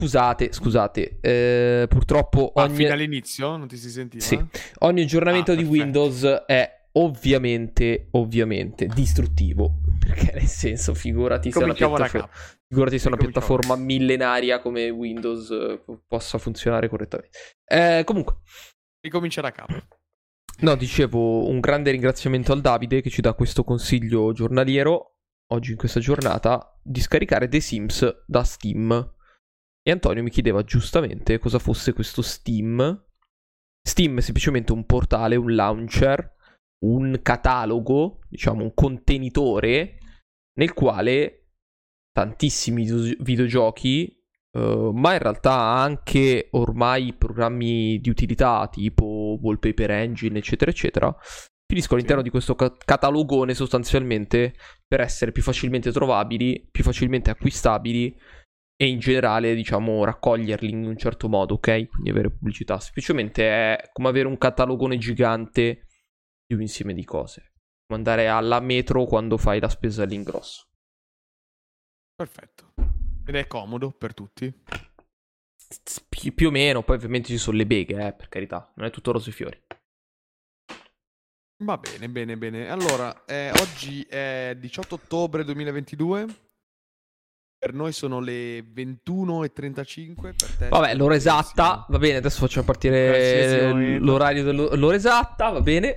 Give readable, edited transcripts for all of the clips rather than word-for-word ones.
Scusate, purtroppo fino all'inizio non ti si sentiva? Sì, ogni aggiornamento di perfetto. Windows è ovviamente distruttivo, perché nel senso, figurati se Cominciamo da capo. una piattaforma millenaria come Windows possa funzionare correttamente. Comunque, ricomincia da capo. no, dicevo, un grande ringraziamento al Davide che ci dà questo consiglio giornaliero oggi in questa giornata di scaricare The Sims da Steam. E Antonio mi chiedeva giustamente cosa fosse questo Steam. Steam è semplicemente un portale, un launcher, un catalogo, diciamo un contenitore nel quale tantissimi videogiochi, ma in realtà anche ormai programmi di utilità tipo Wallpaper Engine, eccetera, eccetera, finiscono all'interno di questo catalogone sostanzialmente per essere più facilmente trovabili, più facilmente acquistabili e in generale, diciamo, raccoglierli in un certo modo, ok? Quindi avere pubblicità. Semplicemente è come avere un catalogone gigante di un insieme di cose. Come andare alla metro quando fai la spesa all'ingrosso. Perfetto. Ed è comodo per tutti? Più o meno, poi ovviamente ci sono le beghe, per carità. Non è tutto rose e fiori. Va bene, bene. Allora, oggi è 18 ottobre 2022. Per noi sono le 21:35, per te. Vabbè, l'ora esatta, va bene, adesso facciamo partire l'orario dell'ora esatta, va bene.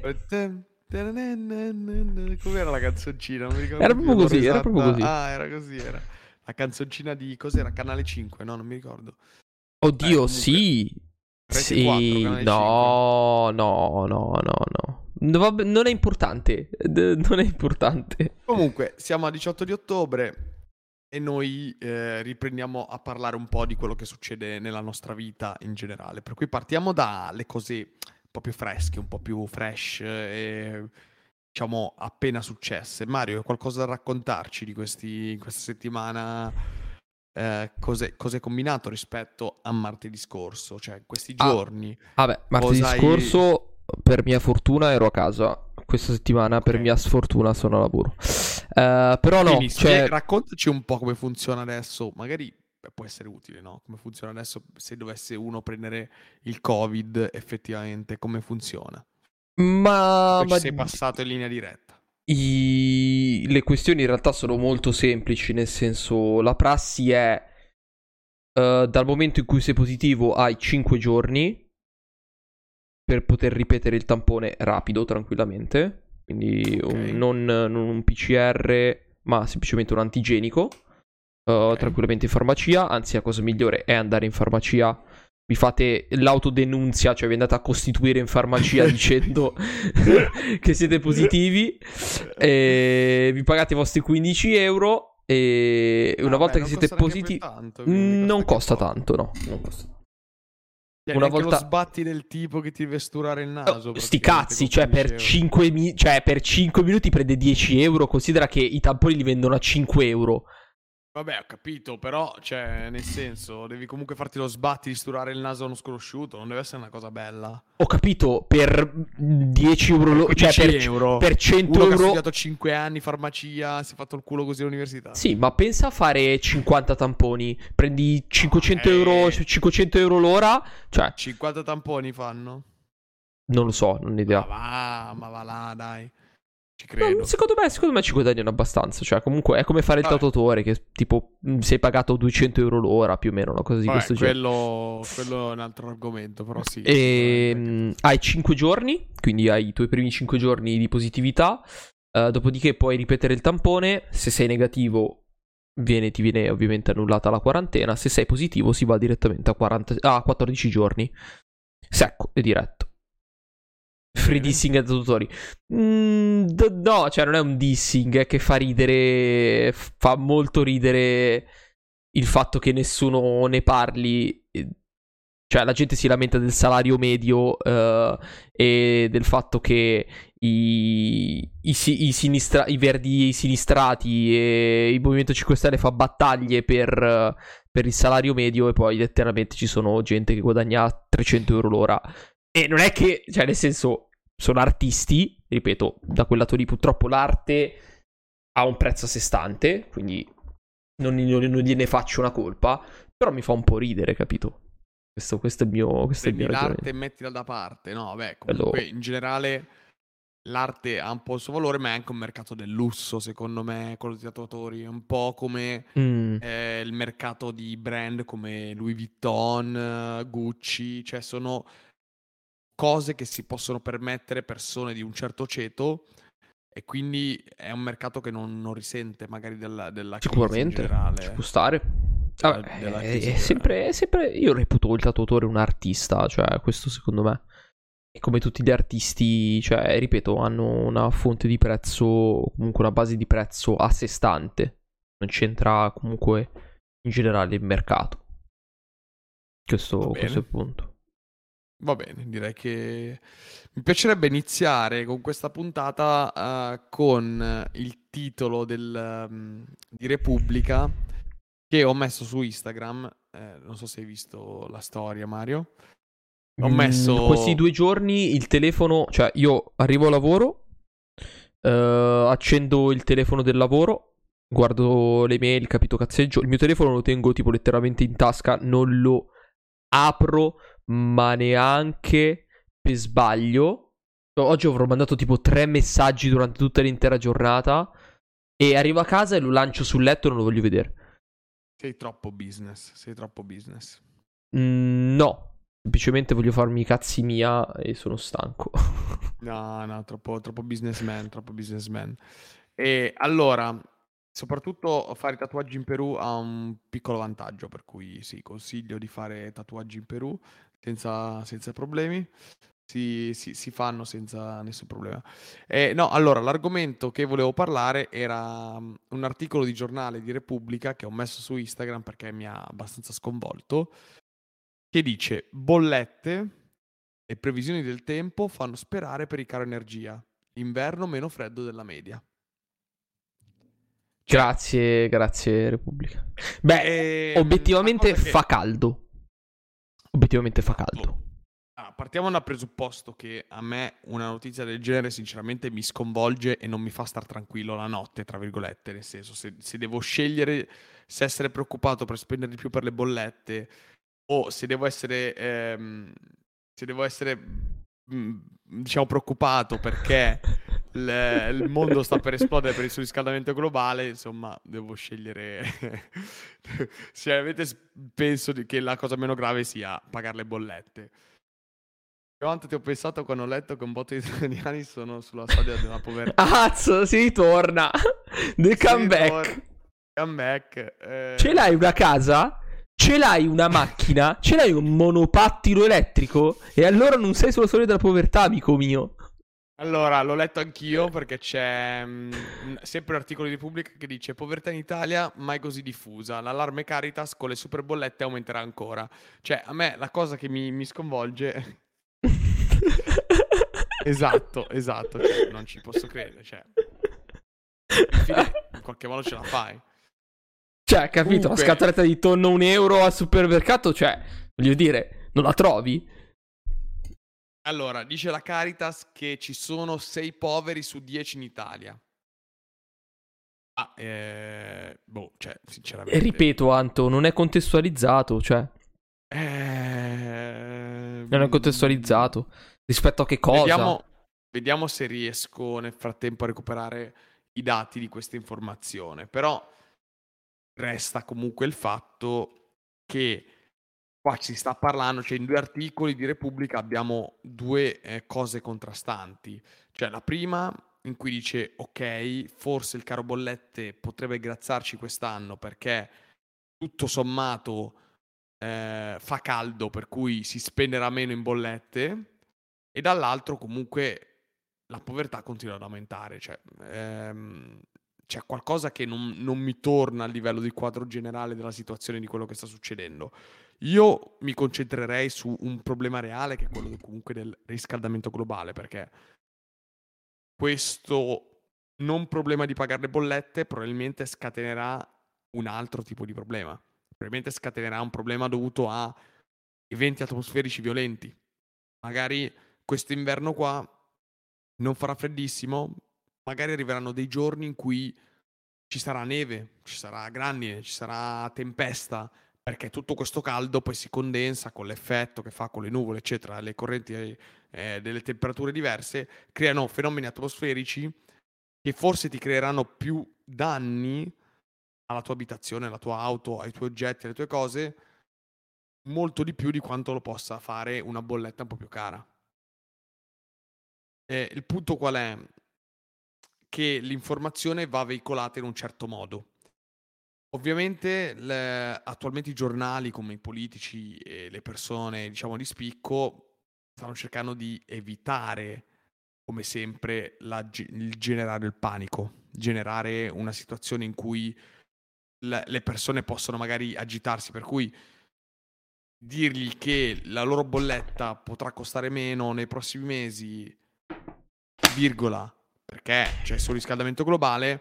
Com'era la canzoncina? Non mi ricordo. Era proprio così, era proprio così. Ah, era così, era. La canzoncina di cos'era? Canale 5, no, non mi ricordo. Oddio, comunque, sì. Rete Sì, 4, no, vabbè, non è importante. Non è importante. Comunque, siamo a 18 di ottobre e noi riprendiamo a parlare un po' di quello che succede nella nostra vita in generale. Per cui partiamo dalle cose un po' più fresche, un po' più fresh e diciamo appena successe. Mario, hai qualcosa da raccontarci di questa settimana? Cosa è combinato rispetto a martedì scorso? Cioè, questi giorni. Vabbè, martedì scorso, per mia fortuna, ero a casa. Questa settimana, per mia sfortuna, sono a lavoro. Però no, quindi, raccontaci un po' come funziona adesso. Magari può essere utile, no? Come funziona adesso se dovesse uno prendere il Covid, effettivamente, come funziona? Ma ci sei passato in linea diretta. Le questioni in realtà sono molto semplici, nel senso, la prassi è dal momento in cui sei positivo hai 5 giorni per poter ripetere il tampone rapido, tranquillamente. Quindi non un PCR, ma semplicemente un antigenico. Tranquillamente in farmacia. Anzi, la cosa migliore è andare in farmacia. Vi fate l'autodenunzia, cioè vi andate a costituire in farmacia dicendo che siete positivi. E vi pagate i vostri 15 euro. E una volta che siete positivi, non costa tanto, no? Non costa. Una volta lo sbatti del tipo che ti deve sturare il naso. Sti cazzi, cioè per 5 minuti prende 10 euro. Considera che i tamponi li vendono a 5 euro. Vabbè, ho capito, però, cioè, nel senso, devi comunque farti lo sbatti di sturare il naso a uno sconosciuto, non deve essere una cosa bella. Ho capito, per 10 euro, cioè per 100 uno euro... che ha studiato 5 anni farmacia, si è fatto il culo così all'università. Sì, ma pensa a fare 50 tamponi, prendi 500 euro l'ora, cioè... 50 tamponi fanno? Non lo so, non ho idea. Ma va là, dai. Ci credo. No, secondo me ci guadagnano abbastanza. Cioè, comunque è come fare il tatuatore, che tipo sei pagato 200 euro l'ora, più o meno, una cosa di questo genere. Quello è un altro argomento, però sì. Hai 5 giorni, quindi hai i tuoi primi 5 giorni di positività. Dopodiché puoi ripetere il tampone. Se sei negativo, ti viene ovviamente annullata la quarantena. Se sei positivo, si va direttamente a 14 giorni. Secco e diretto. Free dissing ai tatuatori. No, cioè non è un dissing, è che fa ridere. Fa molto ridere il fatto che nessuno ne parli. Cioè la gente si lamenta del salario medio e del fatto che i verdi sinistrati e il Movimento 5 Stelle fa battaglie per il salario medio, e poi letteralmente ci sono gente che guadagna 300 euro l'ora. E non è che, cioè, nel senso, sono artisti, ripeto, da quel lato lì purtroppo l'arte ha un prezzo a sé stante, quindi non gliene faccio una colpa, Però mi fa un po' ridere, capito? Questo è il mio Prendi l'arte e ragionamento. mettila da parte. No, vabbè, comunque Quello... in generale l'arte ha un po' il suo valore, ma è anche un mercato del lusso, secondo me, quello dei tatuatori. È un po' come Mm, il mercato di brand come Louis Vuitton, Gucci, cioè sono cose che si possono permettere persone di un certo ceto e quindi è un mercato che non risente magari della crisi in sicuramente, ci può generale. stare. Vabbè, Della è, crisi è in generale. sempre, è sempre... Io reputo il tatuatore un artista, cioè questo secondo me. E come tutti gli artisti, cioè, ripeto, hanno una fonte di prezzo, comunque una base di prezzo a sé stante. Non c'entra comunque in generale il mercato. Va Questo è bene. il punto. Va bene, direi che mi piacerebbe iniziare con questa puntata con il titolo di Repubblica che ho messo su Instagram. Non so se hai visto la storia, Mario. Ho Questi messo... 2 giorni il telefono, cioè io arrivo a lavoro, accendo il telefono del lavoro, guardo le mail, capito cazzeggio, il mio telefono lo tengo tipo letteralmente in tasca, non lo apro, ma neanche per sbaglio. Oggi avrò mandato tipo 3 messaggi durante tutta l'intera giornata e arrivo a casa e lo lancio sul letto e non lo voglio vedere. Sei troppo business, sei troppo business. No, semplicemente voglio farmi i cazzi mia e sono stanco. No, no, troppo businessman, troppo businessman. E allora, soprattutto fare tatuaggi in Perù ha un piccolo vantaggio, per cui sì, consiglio di fare tatuaggi in Perù senza problemi. Si fanno senza nessun problema. No, allora, l'argomento che volevo parlare era un articolo di giornale di Repubblica che ho messo su Instagram perché mi ha abbastanza sconvolto, che dice bollette e previsioni del tempo fanno sperare per il caro energia. Inverno meno freddo della media. Cioè, Grazie, grazie Repubblica. Beh, la obiettivamente cosa che... fa caldo. Obiettivamente fa Esatto. caldo. Partiamo dal presupposto che a me una notizia del genere sinceramente mi sconvolge e non mi fa star tranquillo la notte, tra virgolette, nel senso se devo scegliere se essere preoccupato per spendere di più per le bollette o se devo essere diciamo preoccupato perché il mondo sta per esplodere per il surriscaldamento globale, insomma, devo scegliere. Sinceramente penso che la cosa meno grave sia pagare le bollette. Quanto ti ho pensato quando ho letto che un botto di italiani sono sulla soglia della povertà. Azzo, si ritorna. The Si ritorna. comeback. Comeback. Ce l'hai una casa? Ce l'hai una macchina? Ce l'hai un monopattino elettrico? E allora non sei sulla soglia della povertà, amico mio. Allora, l'ho letto anch'io perché c'è sempre un articolo di Repubblica che dice povertà in Italia mai così diffusa, l'allarme Caritas con le super bollette aumenterà ancora. Cioè, a me la cosa che mi sconvolge... Esatto, cioè, non ci posso credere, cioè, alla fine in qualche modo ce la fai. Cioè, capito? La Comunque, scatoletta di tonno 1 euro al supermercato, cioè, voglio dire, non la trovi? allora, dice la Caritas che ci sono 6 poveri su 10 in Italia. Boh, cioè, E sinceramente... ripeto, Anto, non è contestualizzato, cioè, non è Ehm, contestualizzato. Rispetto a che cosa? Vediamo, vediamo se riesco nel frattempo a recuperare i dati di questa informazione. Però resta comunque il fatto che qua ci sta parlando, cioè in 2 articoli di Repubblica abbiamo due cose contrastanti. Cioè la prima in cui dice ok, forse il caro bollette potrebbe grazzarci quest'anno perché tutto sommato fa caldo, per cui si spenderà meno in bollette, e dall'altro comunque la povertà continua ad aumentare, cioè c'è qualcosa che non mi torna a livello di quadro generale della situazione di quello che sta succedendo. Io mi concentrerei su un problema reale che è quello comunque del riscaldamento globale, perché questo non problema di pagare le bollette probabilmente scatenerà un altro tipo di problema. Probabilmente scatenerà un problema dovuto a eventi atmosferici violenti. Magari questo inverno qua non farà freddissimo, magari arriveranno dei giorni in cui ci sarà neve, ci sarà grandine, ci sarà tempesta, perché tutto questo caldo poi si condensa con l'effetto che fa con le nuvole, eccetera, le correnti delle temperature diverse, creano fenomeni atmosferici che forse ti creeranno più danni alla tua abitazione, alla tua auto, ai tuoi oggetti, alle tue cose, molto di più di quanto lo possa fare una bolletta un po' più cara. Il punto qual è? Che l'informazione va veicolata in un certo modo. Ovviamente attualmente i giornali, come i politici e le persone, diciamo, di spicco, stanno cercando di evitare, come sempre, il generare il panico, generare una situazione in cui le persone possono magari agitarsi, per cui dirgli che la loro bolletta potrà costare meno nei prossimi mesi, virgola, perché c'è il surriscaldamento globale,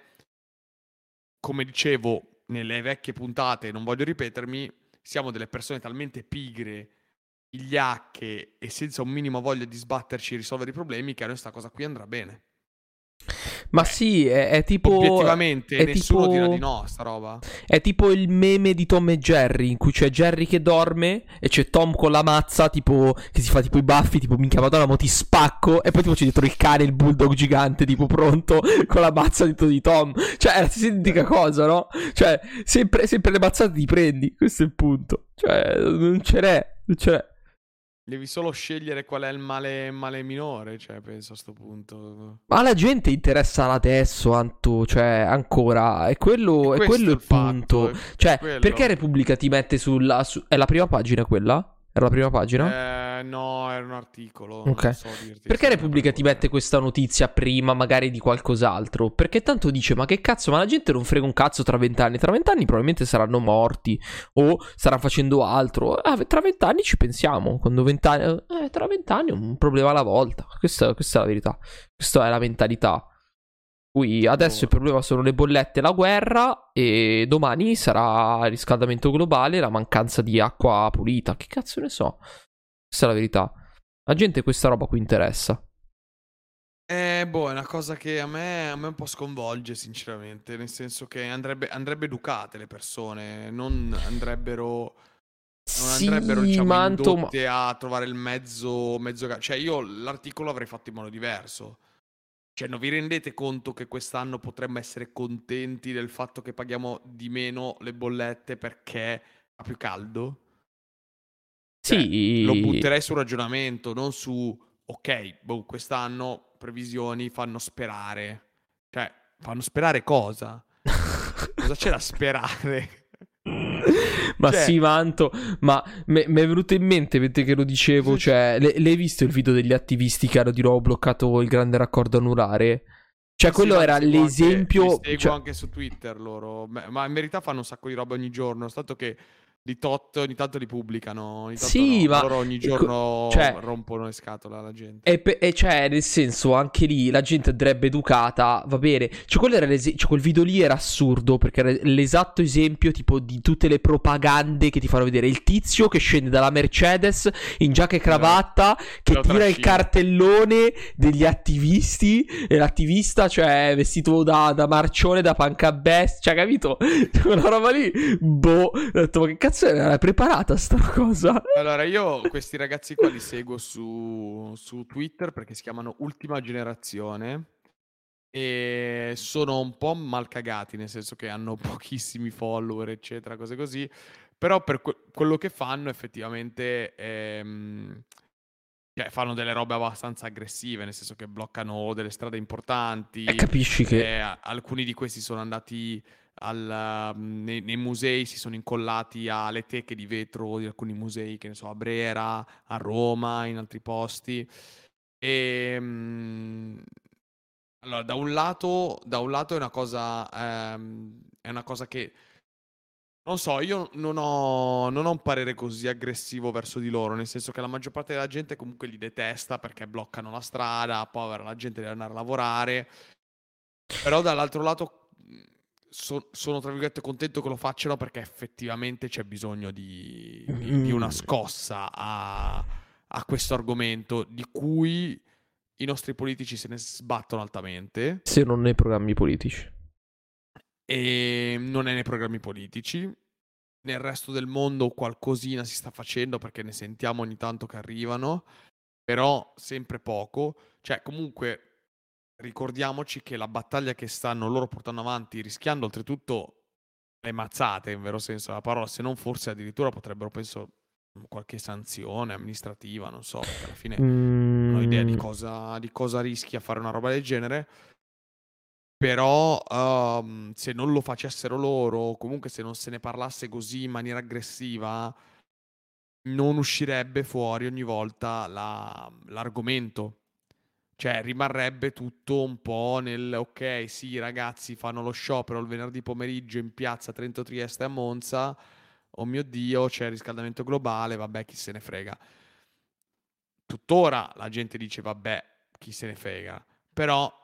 come dicevo nelle vecchie puntate, non voglio ripetermi, siamo delle persone talmente pigre, vigliacche e senza un minimo voglia di sbatterci e risolvere i problemi che a noi sta cosa qui andrà bene. Ma sì, Obiettivamente è nessuno dirà di tipo, no a sta roba. è tipo il meme di Tom e Jerry, in cui c'è Jerry che dorme e c'è Tom con la mazza, tipo, che si fa tipo i baffi, tipo, minchia madonna, mo ti spacco, e poi tipo c'è dietro il cane, il bulldog gigante, tipo, pronto, con la mazza dentro di Tom. Cioè, è la stessa identica cosa, no? Cioè, sempre le mazzate ti prendi, questo è il punto. Cioè, non ce n'è, non ce n'è. Devi solo scegliere qual è il male minore, cioè, penso a sto punto. Ma la gente interessa adesso, Anto, cioè, ancora, E è quello questo è il il fatto, punto. è Cioè, perché quello. Repubblica ti mette è la prima pagina quella? Era la prima pagina? No, era un articolo, non Ok. so dirti Perché se non Repubblica erano ti mette questa notizia prima magari di qualcos'altro? Perché tanto dice, ma che cazzo, ma la gente non frega un cazzo tra 20 anni. Tra 20 anni probabilmente saranno morti o staranno facendo altro. Tra 20 anni ci pensiamo. Quando 20 anni... tra 20 anni è un problema alla volta. Questa è la verità. Questa è la mentalità. Cui adesso il boh. problema sono le bollette e la guerra e domani sarà il riscaldamento globale e la mancanza di acqua pulita. Che cazzo ne so? Questa è la verità. La gente questa roba qui interessa. Boh, è una cosa che a me un po' sconvolge, sinceramente, nel senso che andrebbe educate le persone, non andrebbero, Sì, diciamo, Manto, ma... indotte a trovare il mezzo. Cioè, io l'articolo l'avrei fatto in modo diverso. Cioè, non vi rendete conto che quest'anno potremmo essere contenti del fatto che paghiamo di meno le bollette perché fa più caldo? Cioè, lo Sì. butterei sul ragionamento, non su, ok, boh, quest'anno previsioni fanno sperare. Cioè, fanno sperare cosa? Cosa c'è da sperare? Ma Cioè, sì, Manto, ma mi è venuto in mente mentre che lo dicevo, cosa c'è? cioè, l'hai visto il video degli attivisti che hanno di nuovo bloccato il grande raccordo anulare? Cioè, Sì, sì, quello ma era li l'esempio, seguo cioè, anche su Twitter loro. Ma in verità fanno un sacco di roba ogni giorno. Stato che di tot ogni tanto li pubblicano, ogni tanto sì, no. Ma ma, loro ogni cioè, giorno rompono le scatole alla gente. e cioè, nel senso, anche lì la gente andrebbe educata, va bene. Cioè, cioè, quel video lì era assurdo perché era l'esatto esempio tipo di tutte le propagande che ti fanno vedere il tizio che scende dalla Mercedes in giacca e cravatta, che Lo tira il trascina. cartellone degli attivisti e l'attivista, cioè, vestito da marcione, da pancabest, cioè, capito? Quella roba lì, boh, ho detto, ma che cazzo era preparata sta cosa? Allora, io questi ragazzi qua li seguo su Twitter perché si chiamano Ultima Generazione e sono un po' malcagati, nel senso che hanno pochissimi follower, eccetera, cose così. Però per quello che fanno effettivamente cioè, fanno delle robe abbastanza aggressive, nel senso che bloccano delle strade E importanti. capisci che... Alcuni di questi sono andati nei musei, si sono incollati alle teche di vetro di alcuni musei, che ne so, a Brera, a Roma, in altri posti. E, allora, da un lato è una cosa che non so, io non ho un parere così aggressivo verso di loro, nel senso che la maggior parte della gente comunque li detesta perché bloccano la strada, povera, la gente deve andare a lavorare, però dall'altro lato sono tra virgolette contento che lo facciano perché effettivamente c'è bisogno di una Mm, scossa a questo argomento di cui i nostri politici se ne sbattono altamente se non nei programmi politici. e non è nei programmi politici. nel resto del mondo qualcosina si sta facendo, perché ne sentiamo ogni tanto che arrivano, però sempre poco. Cioè, comunque, ricordiamoci che la battaglia che stanno loro portando avanti, rischiando oltretutto le mazzate, in vero senso della parola, se non forse addirittura potrebbero, penso, qualche sanzione amministrativa, non so, perché alla fine non ho idea di cosa rischi a fare una roba del genere. Però se non lo facessero loro, o comunque se non se ne parlasse così in maniera aggressiva, non uscirebbe fuori ogni volta l'argomento. Cioè, rimarrebbe tutto un po' nel ok, sì, ragazzi, fanno lo sciopero il venerdì pomeriggio in piazza Trento Trieste a Monza. Oh mio Dio, c'è il riscaldamento globale, vabbè, chi se ne frega. Tuttora la gente dice, vabbè, chi se ne frega. Però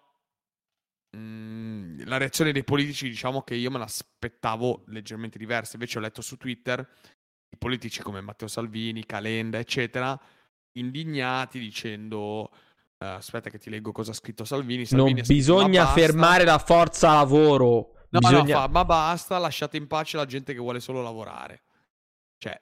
la reazione dei politici, diciamo che io me l'aspettavo leggermente diversa. Invece ho letto su Twitter i politici come Matteo Salvini, Calenda, eccetera, indignati dicendo aspetta che ti leggo cosa ha scritto Salvini. Salvini Non ha scritto, bisogna fermare la forza lavoro. No, ma basta, lasciate in pace la gente che vuole solo lavorare. Cioè,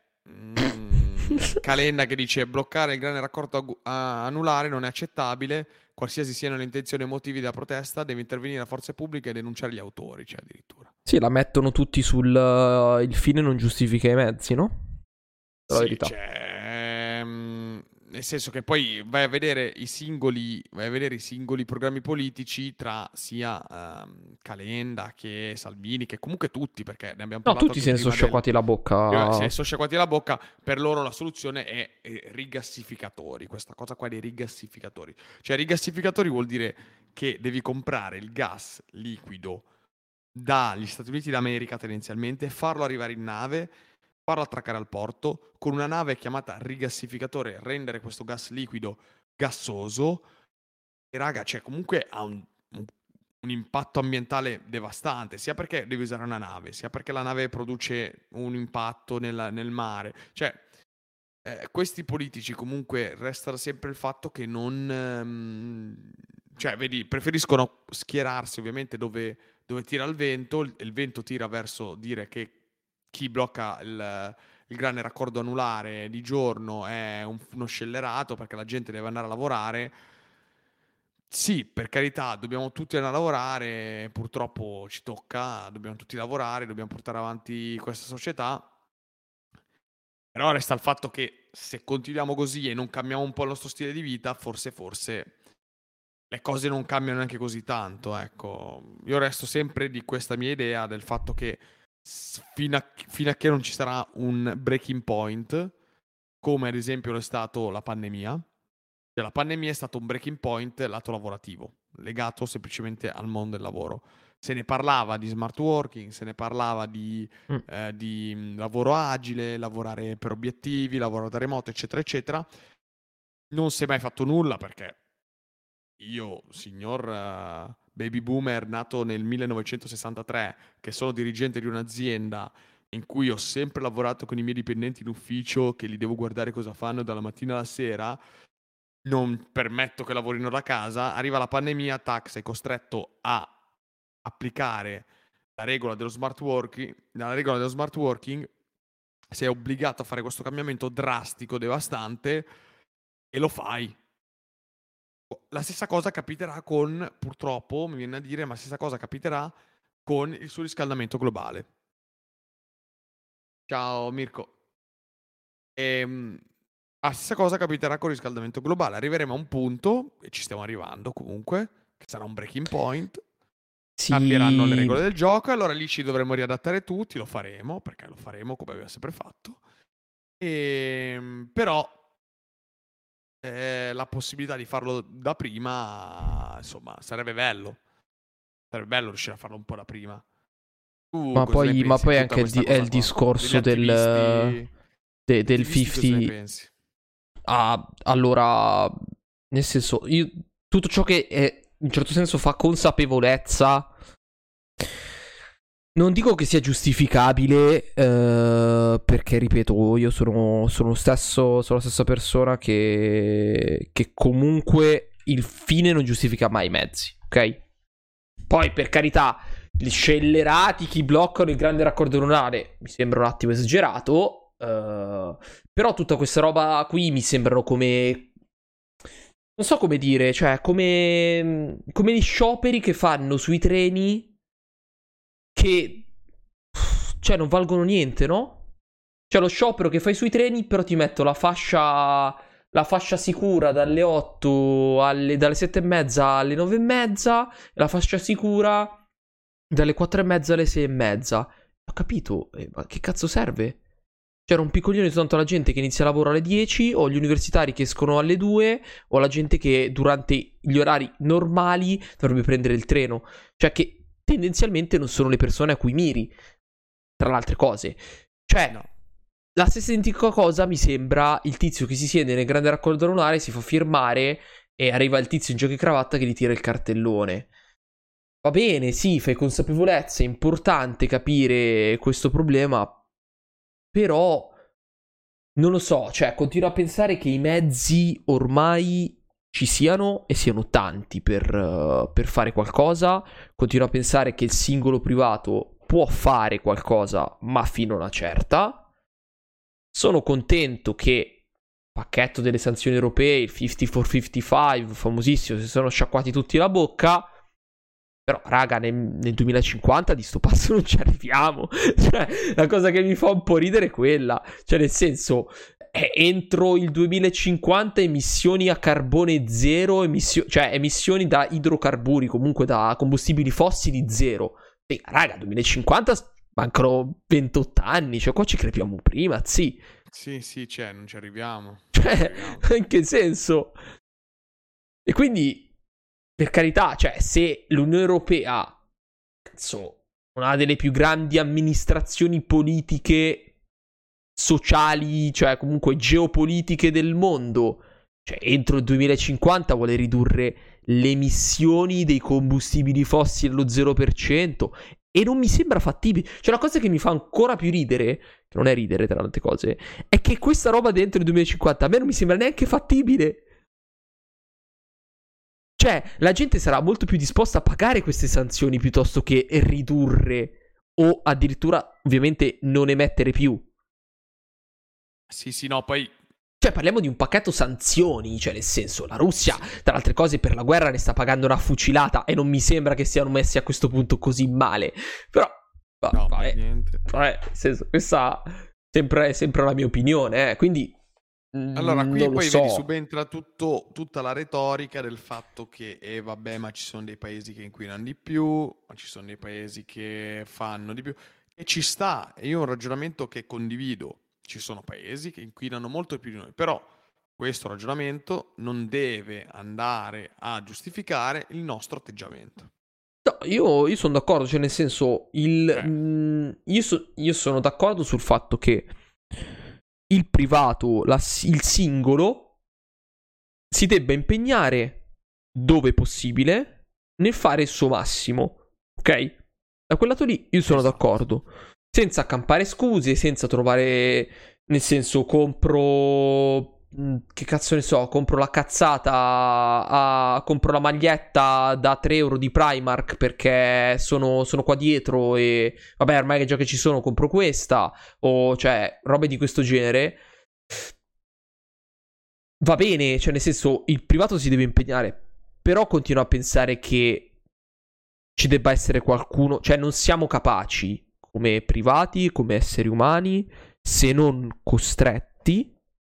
Calenda che dice bloccare il grande raccordo anulare non è accettabile, qualsiasi siano le intenzioni e motivi della protesta, deve intervenire la forza pubblica e denunciare gli autori, cioè addirittura. Sì, la mettono tutti sul il fine non giustifica i mezzi, no? La sì, verità. Cioè, nel senso che poi vai a vedere i singoli programmi politici tra sia Calenda che Salvini, che comunque tutti, perché ne abbiamo No, parlato tutti anche se ne sono sciacquati la bocca. se ne sono sciacquati la bocca. Per loro la soluzione è rigassificatori, questa cosa qua dei rigassificatori. Cioè rigassificatori vuol dire che devi comprare il gas liquido dagli Stati Uniti d'America tendenzialmente, farlo arrivare in nave, farlo attraccare al porto, con una nave chiamata rigassificatore rendere questo gas liquido gassoso. E raga, cioè comunque ha un impatto ambientale devastante, sia perché devi usare una nave, sia perché la nave produce un impatto nel mare. Cioè, questi politici comunque resta sempre il fatto che non... cioè, vedi, preferiscono schierarsi ovviamente dove tira il vento. Il vento tira verso dire che chi blocca il grande raccordo anulare di giorno è uno scellerato perché la gente deve andare a lavorare. Sì, per carità, dobbiamo tutti andare a lavorare, purtroppo ci tocca, dobbiamo tutti lavorare, dobbiamo portare avanti questa società. Però resta il fatto che se continuiamo così e non cambiamo un po' il nostro stile di vita, forse le cose non cambiano neanche così tanto, ecco. Io resto sempre di questa mia idea del fatto che fino a che non ci sarà un breaking point, come ad esempio lo è stato la pandemia. Cioè, la pandemia è stato un breaking point lato lavorativo, legato semplicemente al mondo del lavoro. Se ne parlava di smart working, se ne parlava di lavoro agile, lavorare per obiettivi, lavoro da remoto, eccetera, eccetera. Non si è mai fatto nulla perché io, signor baby boomer nato nel 1963, che sono dirigente di un'azienda in cui ho sempre lavorato con i miei dipendenti in ufficio, che li devo guardare cosa fanno dalla mattina alla sera, non permetto che lavorino da casa. Arriva la pandemia, tac, sei costretto a applicare la regola dello smart working, sei obbligato a fare questo cambiamento drastico, devastante, e lo fai. La stessa cosa capiterà purtroppo, mi viene a dire, ma la stessa cosa capiterà con il surriscaldamento globale. Ciao Mirko. La stessa cosa capiterà con il riscaldamento globale. Arriveremo a un punto, e ci stiamo arrivando comunque, che sarà un breaking point. Sì. Cambieranno le regole del gioco e allora lì ci dovremo riadattare tutti. Lo faremo, perché lo faremo come abbiamo sempre fatto. Però la possibilità di farlo da prima, insomma, sarebbe bello. Sarebbe bello riuscire a farlo un po' da prima. Ma poi anche è il discorso del 50. Allora, nel senso, tutto ciò che è, in un certo senso fa consapevolezza, non dico che sia giustificabile, perché ripeto, io sono la stessa persona che comunque il fine non giustifica mai i mezzi, ok? Poi per carità, gli scellerati, chi bloccano il grande raccordo neuronale, mi sembra un attimo esagerato. Però tutta questa roba qui mi sembrano come... non so come dire, cioè come gli scioperi che fanno sui treni che... cioè non valgono niente, no? Cioè lo sciopero che fai sui treni, però ti metto la fascia sicura dalle 8 dalle 7 e mezza alle 9 e mezza, e la fascia sicura dalle 4 e mezza alle 6 e mezza. Ho capito, ma che cazzo serve? C'era un piccolino soltanto la gente che inizia lavoro alle 10, o gli universitari che escono alle 2, o la gente che durante gli orari normali dovrebbe prendere il treno. Cioè che tendenzialmente non sono le persone a cui miri, tra le altre cose. Cioè, No. la stessa identica cosa mi sembra il tizio che si siede nel grande raccordo lunare, si fa firmare e arriva il tizio in giacca e cravatta che gli tira il cartellone. Va bene, sì, fai consapevolezza, è importante capire questo problema, però non lo so, cioè continuo a pensare che i mezzi ormai ci siano e siano tanti per fare qualcosa. Continuo a pensare che il singolo privato può fare qualcosa, ma fino a una certa. Sono contento che il pacchetto delle sanzioni europee, il 54-55, famosissimo, si sono sciacquati tutti la bocca. Però, raga, nel 2050 di sto passo non ci arriviamo. Cioè, la cosa che mi fa un po' ridere è quella. Cioè, nel senso, entro il 2050 emissioni a carbone zero, cioè emissioni da idrocarburi, comunque da combustibili fossili zero. E, raga, 2050 mancano 28 anni, cioè qua ci crepiamo prima, sì. Sì, cioè, non ci arriviamo. Cioè, in che senso? E quindi... per carità, cioè, se l'Unione Europea, cazzo, una delle più grandi amministrazioni politiche, sociali, cioè comunque geopolitiche del mondo, cioè entro il 2050 vuole ridurre le emissioni dei combustibili fossili allo 0%, e non mi sembra fattibile. Cioè la cosa che mi fa ancora più ridere, che non è ridere tra le altre cose, è che questa roba dentro il 2050 a me non mi sembra neanche fattibile. Cioè, la gente sarà molto più disposta a pagare queste sanzioni piuttosto che ridurre o addirittura, ovviamente, non emettere più. Sì, no, poi... Cioè, parliamo di un pacchetto sanzioni, cioè nel senso, la Russia, tra le altre cose, per la guerra ne sta pagando una fucilata e non mi sembra che siano messi a questo punto così male. Però, No, vabbè, niente. nel senso, questa è sempre la mia opinione, quindi... Allora, qui non lo poi so. vedi, subentra tutta la retorica del fatto che, vabbè, ma ci sono dei paesi che inquinano di più, ma ci sono dei paesi che fanno di più, e ci sta, e io ho un ragionamento che condivido, ci sono paesi che inquinano molto più di noi, però questo ragionamento non deve andare a giustificare il nostro atteggiamento. No, io sono d'accordo, cioè nel senso, io sono d'accordo sul fatto che il privato, il singolo, si debba impegnare dove possibile nel fare il suo massimo, ok? Da quel lato lì io sono d'accordo, senza accampare scuse, senza trovare, nel senso, che cazzo ne so, compro la cazzata, compro la maglietta da 3 euro di Primark perché sono qua dietro e vabbè, ormai già che ci sono compro questa, o cioè robe di questo genere. Va bene, cioè nel senso, il privato si deve impegnare, però continuo a pensare che ci debba essere qualcuno, cioè non siamo capaci come privati, come esseri umani, se non costretti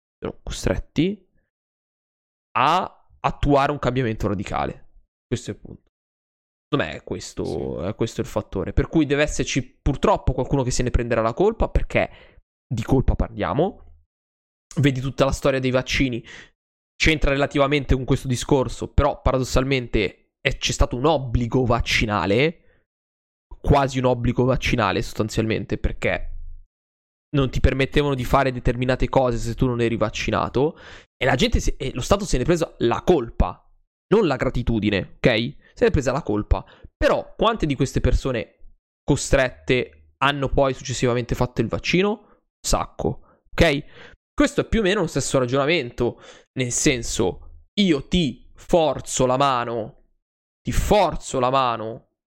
a attuare un cambiamento radicale. Questo è il punto. Secondo me è questo il fattore. Per cui deve esserci purtroppo qualcuno che se ne prenderà la colpa, perché di colpa parliamo. Vedi tutta la storia dei vaccini, c'entra relativamente con questo discorso, però paradossalmente c'è stato un obbligo vaccinale, quasi un obbligo vaccinale sostanzialmente, perché non ti permettevano di fare determinate cose se tu non eri vaccinato, e la gente e lo Stato se ne è preso la colpa, non la gratitudine, ok? Se ne è presa la colpa. Però quante di queste persone costrette hanno poi successivamente fatto il vaccino? Sacco, ok? Questo è più o meno lo stesso ragionamento, nel senso, io ti forzo la mano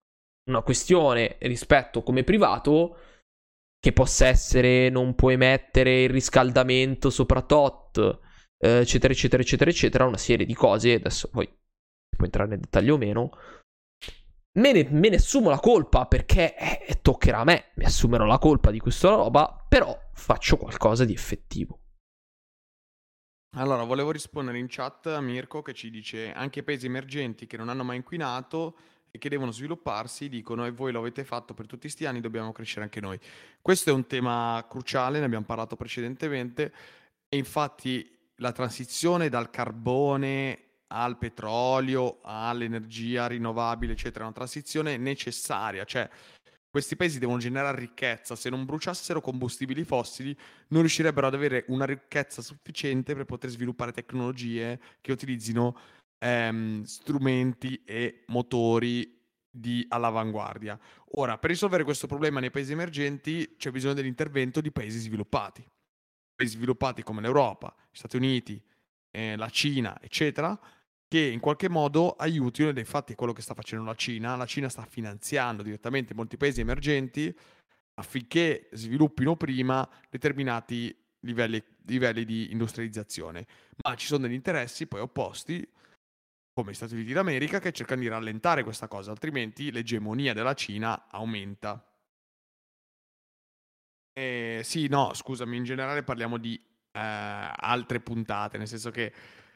una questione rispetto come privato, che possa essere non puoi mettere il riscaldamento sopra tot, eccetera, eccetera, eccetera, eccetera, una serie di cose, adesso poi può entrare nel dettaglio o meno, me ne assumo la colpa, perché toccherà a me, mi assumerò la colpa di questa roba, però faccio qualcosa di effettivo. Allora, volevo rispondere in chat a Mirko che ci dice anche paesi emergenti che non hanno mai inquinato e che devono svilupparsi dicono e voi lo avete fatto per tutti sti anni, dobbiamo crescere anche noi. Questo è un tema cruciale, ne abbiamo parlato precedentemente e infatti la transizione dal carbone al petrolio, all'energia rinnovabile, eccetera, è una transizione necessaria, cioè questi paesi devono generare ricchezza, se non bruciassero combustibili fossili non riuscirebbero ad avere una ricchezza sufficiente per poter sviluppare tecnologie che utilizzino strumenti e motori all'avanguardia. Ora, per risolvere questo problema nei paesi emergenti c'è bisogno dell'intervento di paesi sviluppati. Paesi sviluppati come l'Europa, gli Stati Uniti, la Cina, eccetera, che in qualche modo aiutino, ed infatti è quello che sta facendo la Cina. La Cina sta finanziando direttamente molti paesi emergenti affinché sviluppino prima determinati livelli di industrializzazione. Ma ci sono degli interessi poi opposti, come gli Stati Uniti d'America, che cercano di rallentare questa cosa, altrimenti l'egemonia della Cina aumenta. Sì, no, scusami, in generale parliamo di altre puntate, nel senso che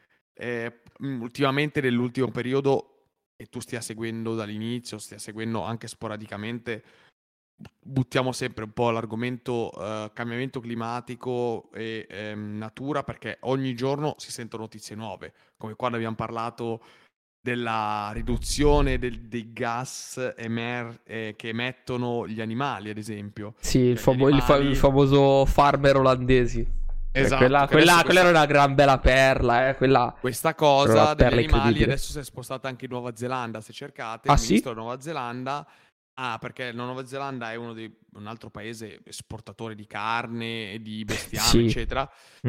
ultimamente nell'ultimo periodo, e tu stia seguendo dall'inizio, stia seguendo anche sporadicamente, buttiamo sempre un po' l'argomento cambiamento climatico e natura, perché ogni giorno si sentono notizie nuove, come quando abbiamo parlato della riduzione dei gas che emettono gli animali, ad esempio. Sì, il Cioè, gli animali... famoso farmer olandesi. Esatto, Quella era una gran bella perla, questa era una cosa degli perla animali incredibile. adesso si è spostata anche in Nuova Zelanda, se cercate, Ah il sì? ministro della Nuova Zelanda, perché la Nuova Zelanda è un altro paese esportatore di carne e di bestiame, Sì. eccetera,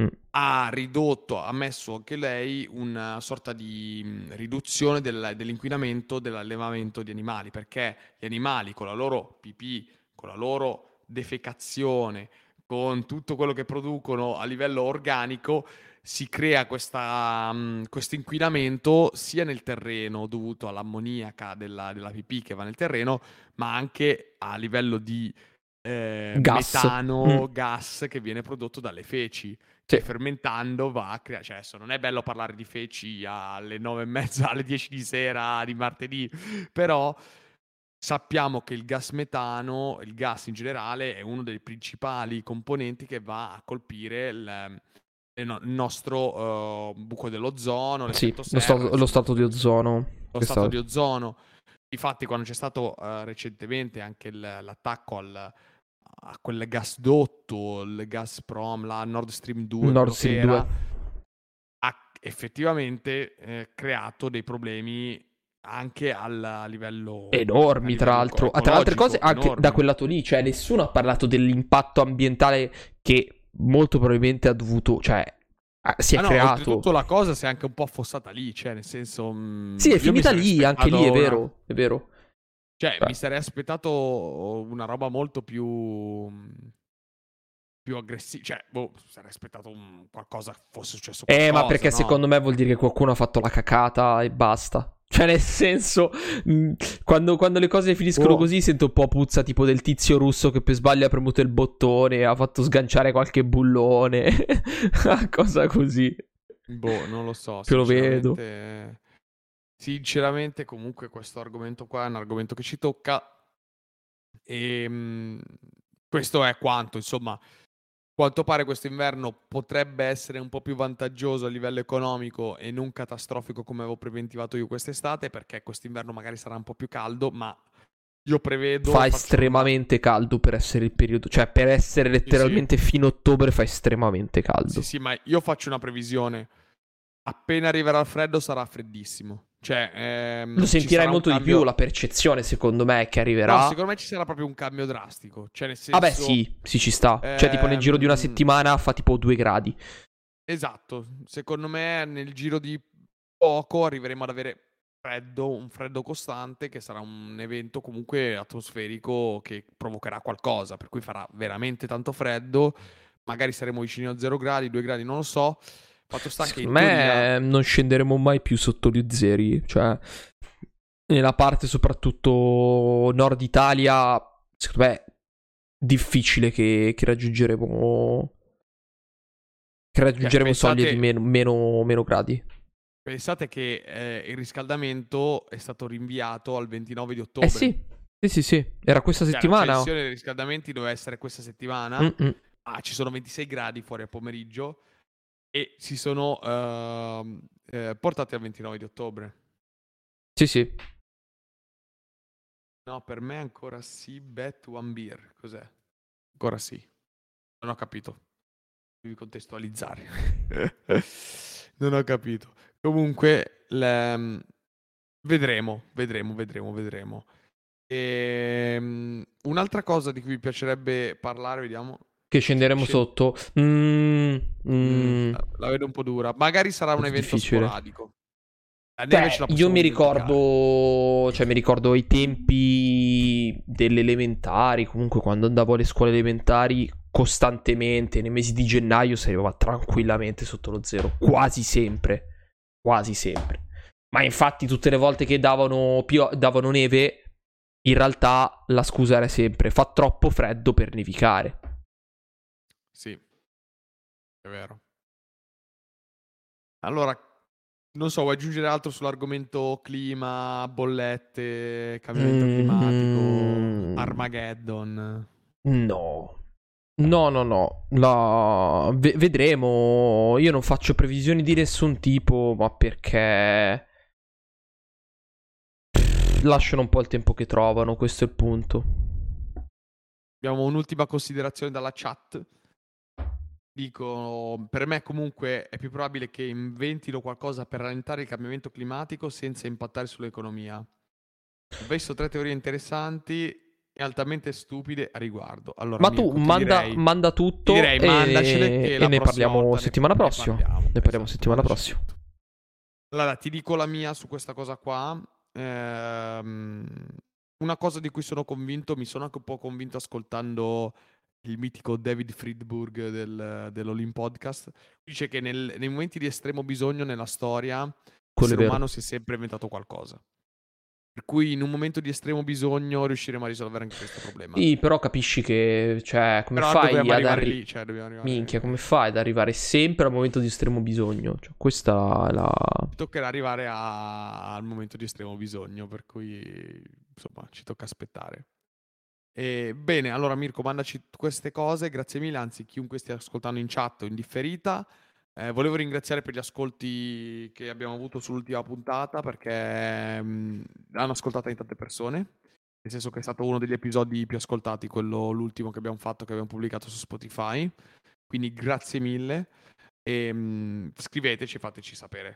ha messo anche lei una sorta di riduzione dell'inquinamento dell'allevamento di animali, perché gli animali con la loro pipì, con la loro defecazione, con tutto quello che producono a livello organico, si crea questo inquinamento sia nel terreno dovuto all'ammoniaca della pipì che va nel terreno, ma anche a livello di Gas. metano, gas che viene prodotto dalle feci, che Sì. fermentando va a creare... Cioè, adesso non è bello parlare di feci alle 9:30, alle 10 di sera di martedì, però... Sappiamo che il gas metano, il gas in generale, è uno dei principali componenti che va a colpire il nostro buco dell'ozono, Sì, l'effetto serra, lo insomma, stato di ozono. lo stato di ozono. Infatti, quando c'è stato recentemente anche l'attacco a quel gasdotto, il Gazprom, la Nord Stream 2, Nord quello che Stream era, 2. ha effettivamente creato dei problemi anche a livello Enormi, tra l'altro. Tra altre cose, ecologico, anche da enormi. quel lato lì, cioè, nessuno ha parlato dell'impatto ambientale che molto probabilmente ha dovuto, cioè, si è No, creato. oltretutto la cosa si è anche un po' affossata lì, cioè, nel senso... Sì, è io mi finita sarei lì, anche lì, aspettato è vero. Cioè, Cioè, mi sarei aspettato una roba molto più aggressiva, cioè, sarei aspettato qualcosa, fosse successo ma qualcosa, perché no? secondo me vuol dire che qualcuno ha fatto la cacata e basta. Cioè, nel senso, quando le cose finiscono così, sento un po' puzza tipo del tizio russo che per sbaglio ha premuto il bottone e ha fatto sganciare qualche bullone. Una cosa così. Non lo so, Che lo vedo. Sinceramente, comunque, questo argomento qua è un argomento che ci tocca e questo è quanto, insomma... Quanto pare questo inverno potrebbe essere un po' più vantaggioso a livello economico e non catastrofico come avevo preventivato io quest'estate, perché quest'inverno magari sarà un po' più caldo, ma io prevedo... Fa estremamente caldo per essere il periodo, cioè per essere letteralmente fino a ottobre fa estremamente caldo. Sì, ma io faccio una previsione. Appena arriverà il freddo sarà freddissimo. Cioè, lo sentirai molto di più, la percezione secondo me è che arriverà. No, secondo me ci sarà proprio un cambio drastico. Cioè, nel senso... Vabbè, sì, ci sta. Cioè, tipo nel giro di una settimana fa tipo 2 gradi. Esatto. Secondo me nel giro di poco arriveremo ad avere un freddo costante che sarà un evento comunque atmosferico che provocherà qualcosa, per cui farà veramente tanto freddo, magari saremo vicini a 0 gradi, 2 gradi, non lo so. Fatto sta che Secondo in teoria me non scenderemo mai più sotto gli zeri. Cioè, nella parte soprattutto nord Italia, secondo me è difficile che raggiungeremo soglie di meno gradi. pensate che il riscaldamento è stato rinviato al 29 di Eh ottobre. sì, sì. Era questa Cioè, settimana. l'accensione dei riscaldamenti doveva essere questa settimana. Mm-mm. Ci sono 26 gradi fuori a pomeriggio e si sono portati al 29 di ottobre. Sì. No, per me ancora sì, bet one beer. Cos'è? Ancora sì. Non ho capito. Devi contestualizzare. Non ho capito. Comunque, vedremo. Un'altra cosa di cui mi piacerebbe parlare, vediamo. Che scenderemo sotto. La vedo un po' dura. Magari sarà un Molto evento difficile. sporadico. La neve ce Cioè, la io possiamo dimenticare. mi ricordo i tempi delle elementari, comunque quando andavo alle scuole elementari, costantemente, nei mesi di gennaio si arrivava tranquillamente sotto lo zero, quasi sempre. Ma infatti tutte le volte che davano neve, in realtà la scusa era sempre, fa troppo freddo per nevicare. Sì, è vero. Allora, non so, vuoi aggiungere altro sull'argomento clima, bollette, cambiamento climatico, Mm, Armageddon? no. No. Vedremo. Io non faccio previsioni di nessun tipo, ma perché lasciano un po' il tempo che trovano, questo è il punto. Abbiamo un'ultima considerazione dalla chat. Dico, per me comunque è più probabile che inventino qualcosa per rallentare il cambiamento climatico senza impattare sull'economia. Ho visto 3 teorie interessanti e altamente stupide a riguardo. Allora, Ma tu Mirko, manda ti tutto direi mandacele che e la ne prossima parliamo volta settimana ne prossima. parliamo. Ne parliamo Esatto, settimana mandaci prossima. tutto. Allora, ti dico la mia su questa cosa qua. Una cosa di cui sono convinto, mi sono anche un po' convinto ascoltando il mitico David Friedberg dell'Olin Podcast. Dice che nei momenti di estremo bisogno nella storia Quello è l'essere vero. umano si è sempre inventato qualcosa. Per cui in un momento di estremo bisogno riusciremo a risolvere anche questo problema. Sì, però capisci che, cioè, come Però fai dobbiamo ad arrivare lì, cioè dobbiamo Minchia, arrivare... come fai ad arrivare sempre al momento di estremo bisogno? Cioè, questa è la... Ci toccherà arrivare al momento di estremo bisogno, per cui insomma ci tocca aspettare. Bene, allora Mirko, mandaci queste cose, grazie mille, anzi chiunque stia ascoltando in chat o in differita. Volevo ringraziare per gli ascolti che abbiamo avuto sull'ultima puntata perché l'hanno ascoltata in tante persone, nel senso che è stato uno degli episodi più ascoltati, l'ultimo che abbiamo fatto, che abbiamo pubblicato su Spotify. Quindi grazie mille e scriveteci, fateci sapere.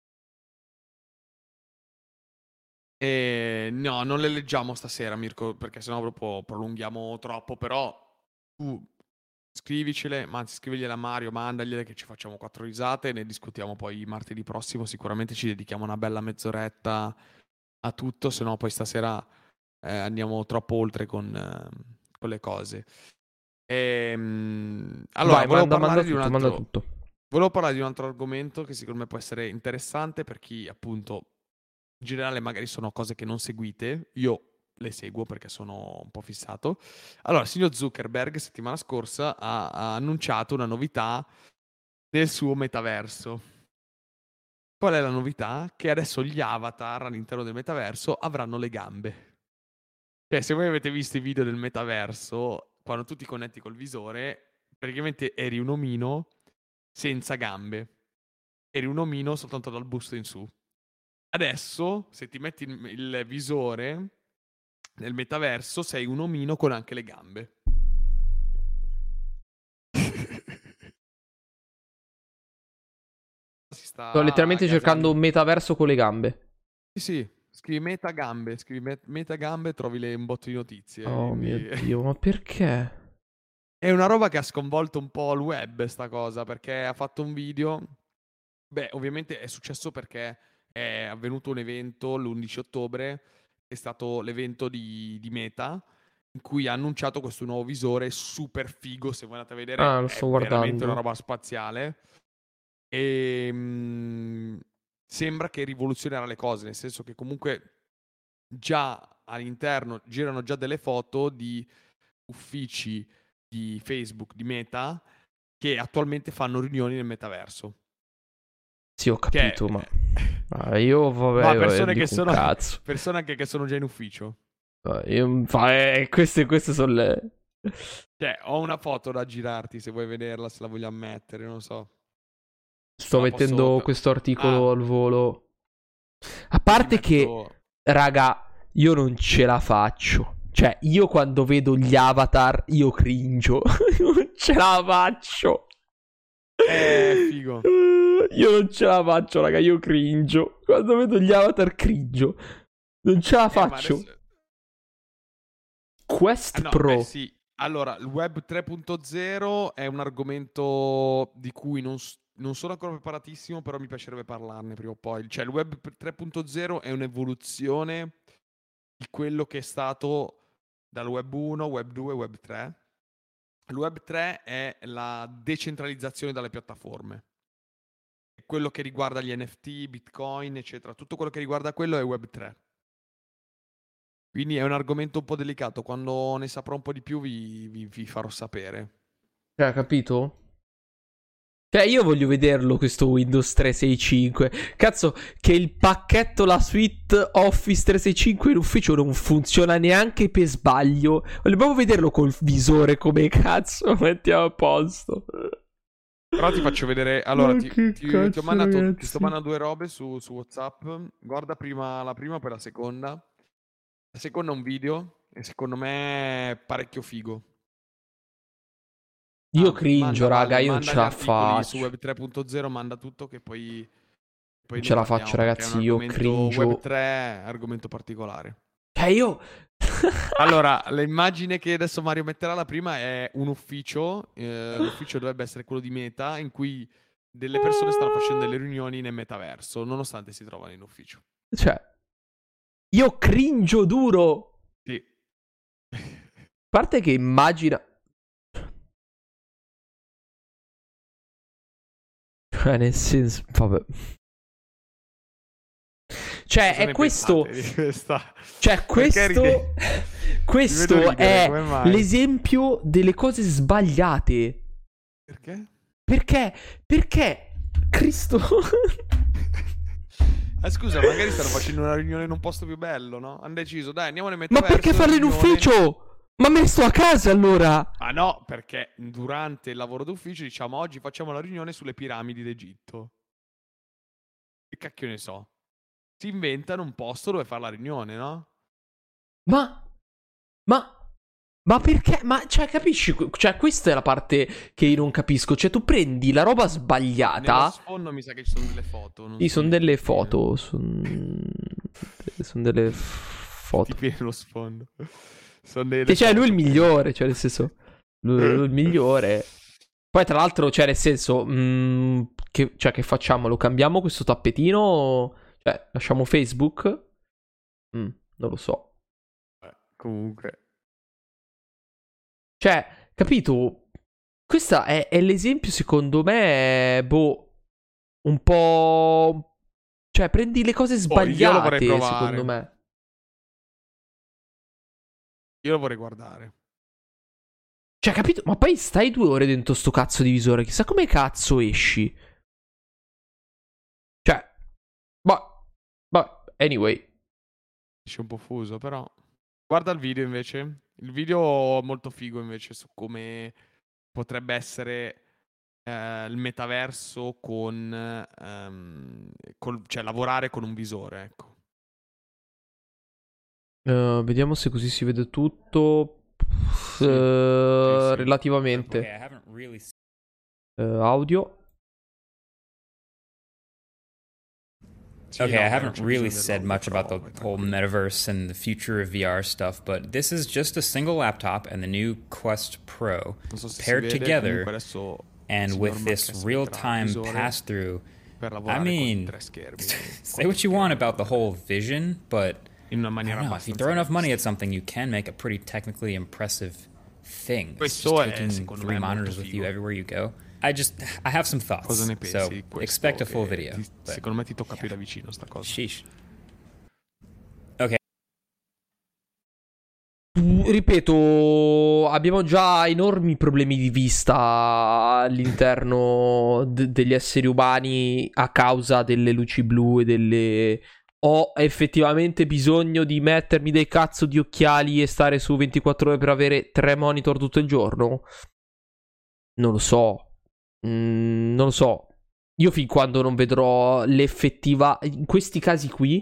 No, non le leggiamo stasera, Mirko, perché sennò proprio prolunghiamo troppo, però tu scrivicele, ma anzi scrivigliele a Mario, mandagliele che ci facciamo 4 risate, ne discutiamo poi martedì prossimo, sicuramente ci dedichiamo una bella mezz'oretta a tutto, se no poi stasera andiamo troppo oltre con le cose. Allora, Vai, manda tutto. volevo parlare di un altro argomento che secondo me può essere interessante per chi appunto in generale magari sono cose che non seguite, io le seguo perché sono un po' fissato. Allora, il signor Zuckerberg settimana scorsa ha annunciato una novità nel suo metaverso. Qual è la novità? Che adesso gli avatar all'interno del metaverso avranno le gambe. Cioè, se voi avete visto i video del metaverso, quando tu ti connetti col visore, praticamente eri un omino senza gambe. Eri un omino soltanto dal busto in su. Adesso, se ti metti il visore nel metaverso, sei un omino con anche le gambe. Si Sto sta letteralmente cercando gasando. un metaverso con le gambe. Sì. Scrivi metagambe, metagambe, trovi un botto di notizie. Oh mio Quindi... Dio, ma perché? È una roba che ha sconvolto un po' il web, sta cosa, perché ha fatto un video. Beh, ovviamente è successo perché è avvenuto un evento l'11 ottobre, è stato l'evento di Meta, in cui ha annunciato questo nuovo visore super figo, se voi andate a vedere Lo è sto veramente una guardando. roba spaziale e sembra che rivoluzionerà le cose, nel senso che comunque già all'interno girano già delle foto di uffici di Facebook, di Meta, che attualmente fanno riunioni nel metaverso. Sì, ho Cioè, capito, io ma vabbè, persone che dico un sono cazzo. persone anche che sono già in ufficio. Queste sono le... Cioè, ho una foto da girarti se vuoi vederla, se la vogliamo mettere, non lo so. Sto La posso... mettendo questo articolo Ah, al volo. A io ti parte che, metto... raga, io non ce la faccio. Cioè, io quando vedo gli avatar, io cringio. Non ce la faccio. Figo. Io non ce la faccio, raga, io cringio. Quando vedo gli avatar, cringio. Non ce la Ma faccio. adesso... Quest no, Pro. sì. Allora, il web 3.0 è un argomento di cui non sono ancora preparatissimo, però mi piacerebbe parlarne prima o poi. Cioè, il web 3.0 è un'evoluzione di quello che è stato dal web 1, web 2, web 3. Il web 3 è la decentralizzazione dalle piattaforme. Quello che riguarda gli NFT, Bitcoin, eccetera. Tutto quello che riguarda quello è web 3. Quindi è un argomento un po' delicato. Quando ne saprò un po' di più vi farò sapere. Cioè, capito? Cioè, io voglio vederlo questo Windows 365. Cazzo, che il pacchetto, la suite Office 365 in ufficio non funziona neanche per sbaglio. Voglio proprio vederlo col visore come cazzo mettiamo a posto. Però ti faccio vedere. Allora, Ma ti che ho cazzo, mandato, ti sto ragazzi. mandando due robe su WhatsApp. Guarda prima la prima, poi la seconda. La seconda è un video e secondo me è parecchio figo. Io cringio, Manda raga, Vale, io non manda ce gli la articoli su faccio. Web 3.0, manda tutto che poi Non ne ce la faccio, parliamo perché è un ragazzi, io argomento Web cringio. 3, argomento particolare. Cioè, io... Allora, l'immagine che adesso Mario metterà, la prima è un ufficio, l'ufficio dovrebbe essere quello di Meta, in cui delle persone stanno facendo delle riunioni nel metaverso, nonostante si trovano in ufficio. Cioè, io cringio duro. Sì. A parte che immagina... Nel senso... Vabbè. Cioè, Cosa è ne questo... pensate di questa? Cioè, Perché questo... ride? Ti vedo Questo ridere, è come mai? l'esempio delle cose sbagliate. Perché? Perché? Perché? Cristo... Scusa, magari stanno facendo una riunione in un posto più bello, no? Hanno deciso, dai, andiamo nel Ma perché metaverso, farlo in riunione. ufficio? Ma me ne sto a casa allora. Ah no, perché durante il lavoro d'ufficio diciamo oggi facciamo la riunione sulle piramidi d'Egitto. Che cacchio ne so. Si inventano un posto dove fare la riunione, no? Ma... Ma... Ma perché? Ma, cioè, capisci? Cioè, questa è la parte che io non capisco. Cioè, tu prendi la roba Nello sbagliata. sfondo mi sa che ci sono delle foto, non Sì, sono sono i delle tipi. foto. Sono delle I foto. tipi nello sfondo. Sono delle Che cioè, lui è il foto, ok. migliore. Cioè, nel senso, lui è il migliore. Poi, tra l'altro, cioè, nel senso, che facciamo? Lo cambiamo questo tappetino? Cioè, lasciamo Facebook? Non lo so. Comunque. Cioè, capito? Questo è l'esempio, secondo me, boh, un po'... Cioè, prendi le cose Oh, io lo vorrei sbagliate, secondo provare. me. Io lo vorrei guardare. Cioè, capito? Ma poi stai 2 ore dentro sto cazzo di visore, chissà come cazzo esci. Cioè, anyway. Esce un po' fuso, però. Guarda il video invece. Il video è molto figo invece su come potrebbe essere il metaverso cioè lavorare con un visore, ecco. Vediamo se così si vede tutto. Sì, sì. Relativamente. Audio. Sì, Okay, no, I beh, non haven't c'è really bisogno said dell'audio, much about the però vai whole tranquillo. metaverse and the future of VR stuff, but this is just a single laptop and the new Quest Pro Non so se si paired vede, together, comunque adesso il and signor with this Marques metterà il real-time visore. pass-through per lavorare con 3 schermi. Say what you want about the whole vision, but in una maniera if you throw enough money at something, you can make a pretty technically impressive thing. Questo è, taking secondo 3 me, monitors molto with you figo. everywhere you go. I have some thoughts. Cosa ne pensi? So Questo expect a full che video. Secondo me ti tocca più da vicino sta cosa. Sheesh. Ripeto, abbiamo già enormi problemi di vista all'interno degli esseri umani a causa delle luci blu e delle... Ho effettivamente bisogno di mettermi dei cazzo di occhiali e stare su 24 ore per avere 3 monitor tutto il giorno? Non lo so. Non lo so. Io fin quando non vedrò l'effettiva... In questi casi qui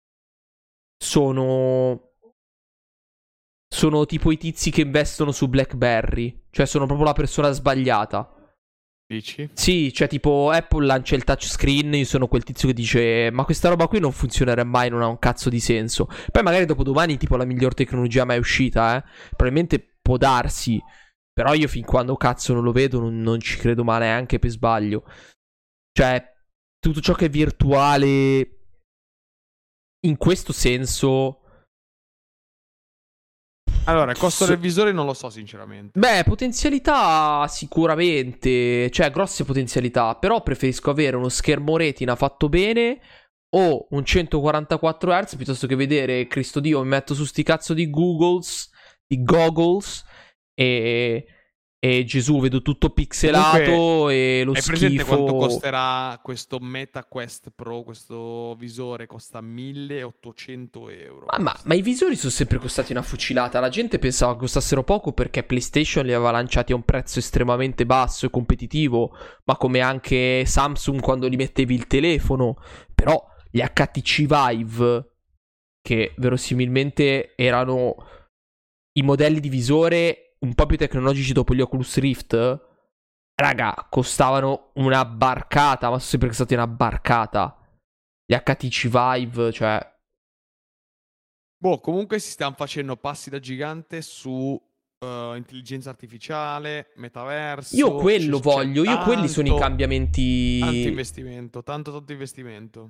sono tipo i tizi che investono su BlackBerry. Cioè sono proprio la persona sbagliata. Dici? Sì, cioè tipo Apple lancia il touchscreen, io sono quel tizio che dice ma questa roba qui non funzionerà mai, non ha un cazzo di senso. Poi magari dopodomani tipo la miglior tecnologia mai uscita, probabilmente può darsi. Però io fin quando cazzo non lo vedo non ci credo mai neanche per sbaglio. Cioè tutto ciò che è virtuale in questo senso... Allora, il costo del visore non lo so sinceramente. Beh, potenzialità sicuramente, cioè grosse potenzialità, però preferisco avere uno schermo retina fatto bene o un 144 Hz piuttosto che vedere, Cristo Dio, mi metto su sti cazzo di goggles e Gesù, vedo tutto pixelato. Comunque, e lo schifo. Hai presente quanto costerà questo Meta Quest Pro? Questo visore costa 1.800 euro. Ma i visori sono sempre costati una fucilata. La gente pensava che costassero poco perché PlayStation li aveva lanciati a un prezzo estremamente basso e competitivo, ma come anche Samsung quando li mettevi il telefono. Però gli HTC Vive, che verosimilmente erano i modelli di visore un po' più tecnologici dopo gli Oculus Rift, raga, costavano una barcata, ma sono sempre stati una barcata. Gli HTC Vive, cioè... Comunque si stanno facendo passi da gigante su intelligenza artificiale, metaverso. Io quello voglio, io quelli sono i cambiamenti... Tanto investimento, tanto investimento.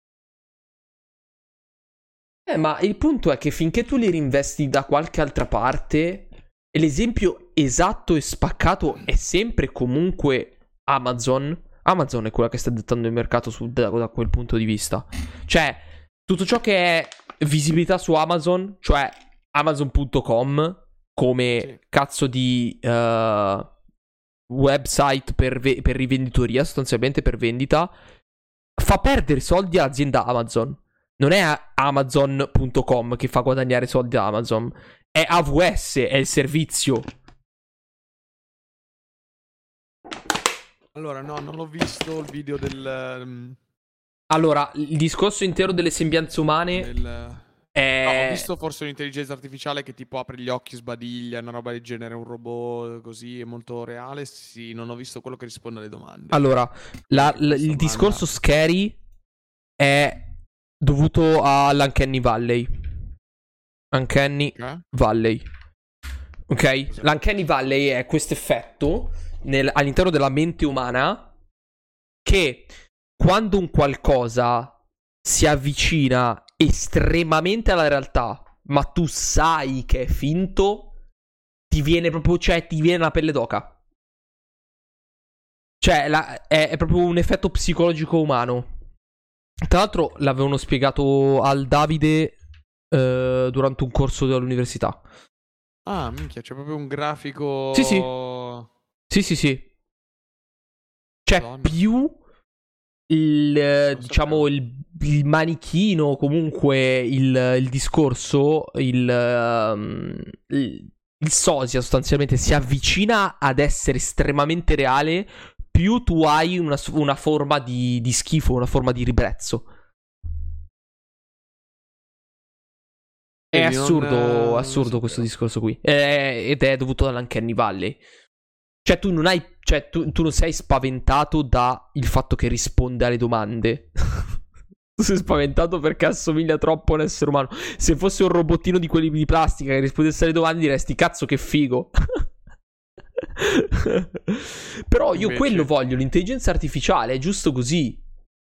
Ma il punto è che finché tu li reinvesti da qualche altra parte... E l'esempio esatto e spaccato è sempre comunque Amazon. Amazon è quella che sta dettando il mercato da quel punto di vista. Cioè, tutto ciò che è visibilità su Amazon, cioè Amazon.com, come cazzo di website per rivenditoria, sostanzialmente per vendita, fa perdere soldi all'azienda Amazon. Non è Amazon.com che fa guadagnare soldi a Amazon. È AWS, è il servizio. Allora, no, non ho visto il video del... Allora, il discorso intero delle sembianze umane è... No, ho visto forse un'intelligenza artificiale che tipo apre gli occhi, sbadiglia, una roba del genere, un robot così, è molto reale. Sì, non ho visto quello che risponde alle domande. Allora, il discorso scary è dovuto all'Uncanny Valley. Uncanny Valley. Ok? L'Uncanny Valley è questo effetto all'interno della mente umana che quando un qualcosa si avvicina estremamente alla realtà, ma tu sai che è finto, ti viene proprio, cioè ti viene la pelle d'oca. Cioè è proprio un effetto psicologico umano. Tra l'altro l'avevano spiegato al Davide durante un corso dell'università. Ah, minchia, c'è proprio un grafico. Sì. C'è Madonna. più diciamo il manichino, comunque il discorso, il sosia sostanzialmente si avvicina ad essere estremamente reale, più tu hai una forma di schifo, una forma di ribrezzo. È assurdo questo discorso qui. Ed è dovuto all'Uncanny Valley. Cioè tu non hai, cioè tu non sei spaventato dal fatto che risponde alle domande. Tu sei spaventato perché assomiglia troppo a un essere umano. Se fosse un robottino di quelli di plastica che rispondesse alle domande diresti cazzo che figo. Però io quello voglio, l'intelligenza artificiale è giusto così.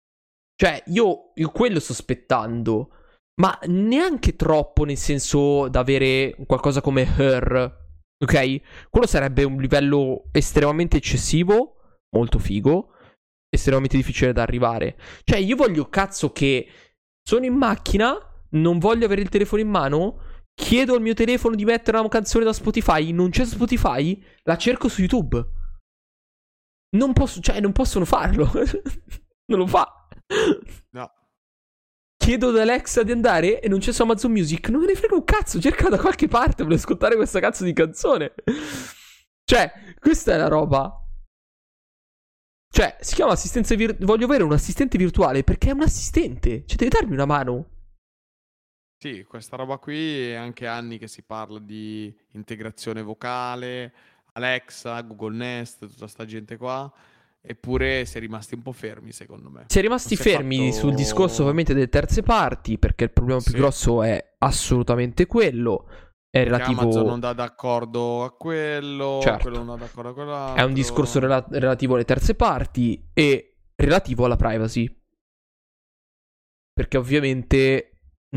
Cioè, io quello sto aspettando, ma neanche troppo, nel senso da avere qualcosa come Her, ok? Quello sarebbe un livello estremamente eccessivo, molto figo, estremamente difficile da arrivare. Cioè, io voglio cazzo che sono in macchina, non voglio avere il telefono in mano, chiedo al mio telefono di mettere una canzone da Spotify, non c'è Spotify, la cerco su YouTube. Non posso, cioè, non possono farlo. Non lo fa. No. Chiedo ad Alexa di andare e non c'è su Amazon Music. Non me ne frega un cazzo. Cerca da qualche parte per ascoltare questa cazzo di canzone. Cioè, questa è la roba. Cioè, si chiama assistenza virtuale. Voglio avere un assistente virtuale perché è un assistente. Cioè, devi darmi una mano. Sì, questa roba qui è anche anni che si parla di integrazione vocale, Alexa, Google Nest, tutta sta gente qua, eppure si è rimasti un po' fermi, secondo me. Si è Non rimasti si è fermi sul discorso fatto... ovviamente delle terze parti, perché il problema più Sì, grosso è assolutamente quello. È perché Amazon non relativo. dà d'accordo a quello non Certo. dà d'accordo a È un discorso quell'altro. relativo alle terze parti e relativo alla privacy. Perché ovviamente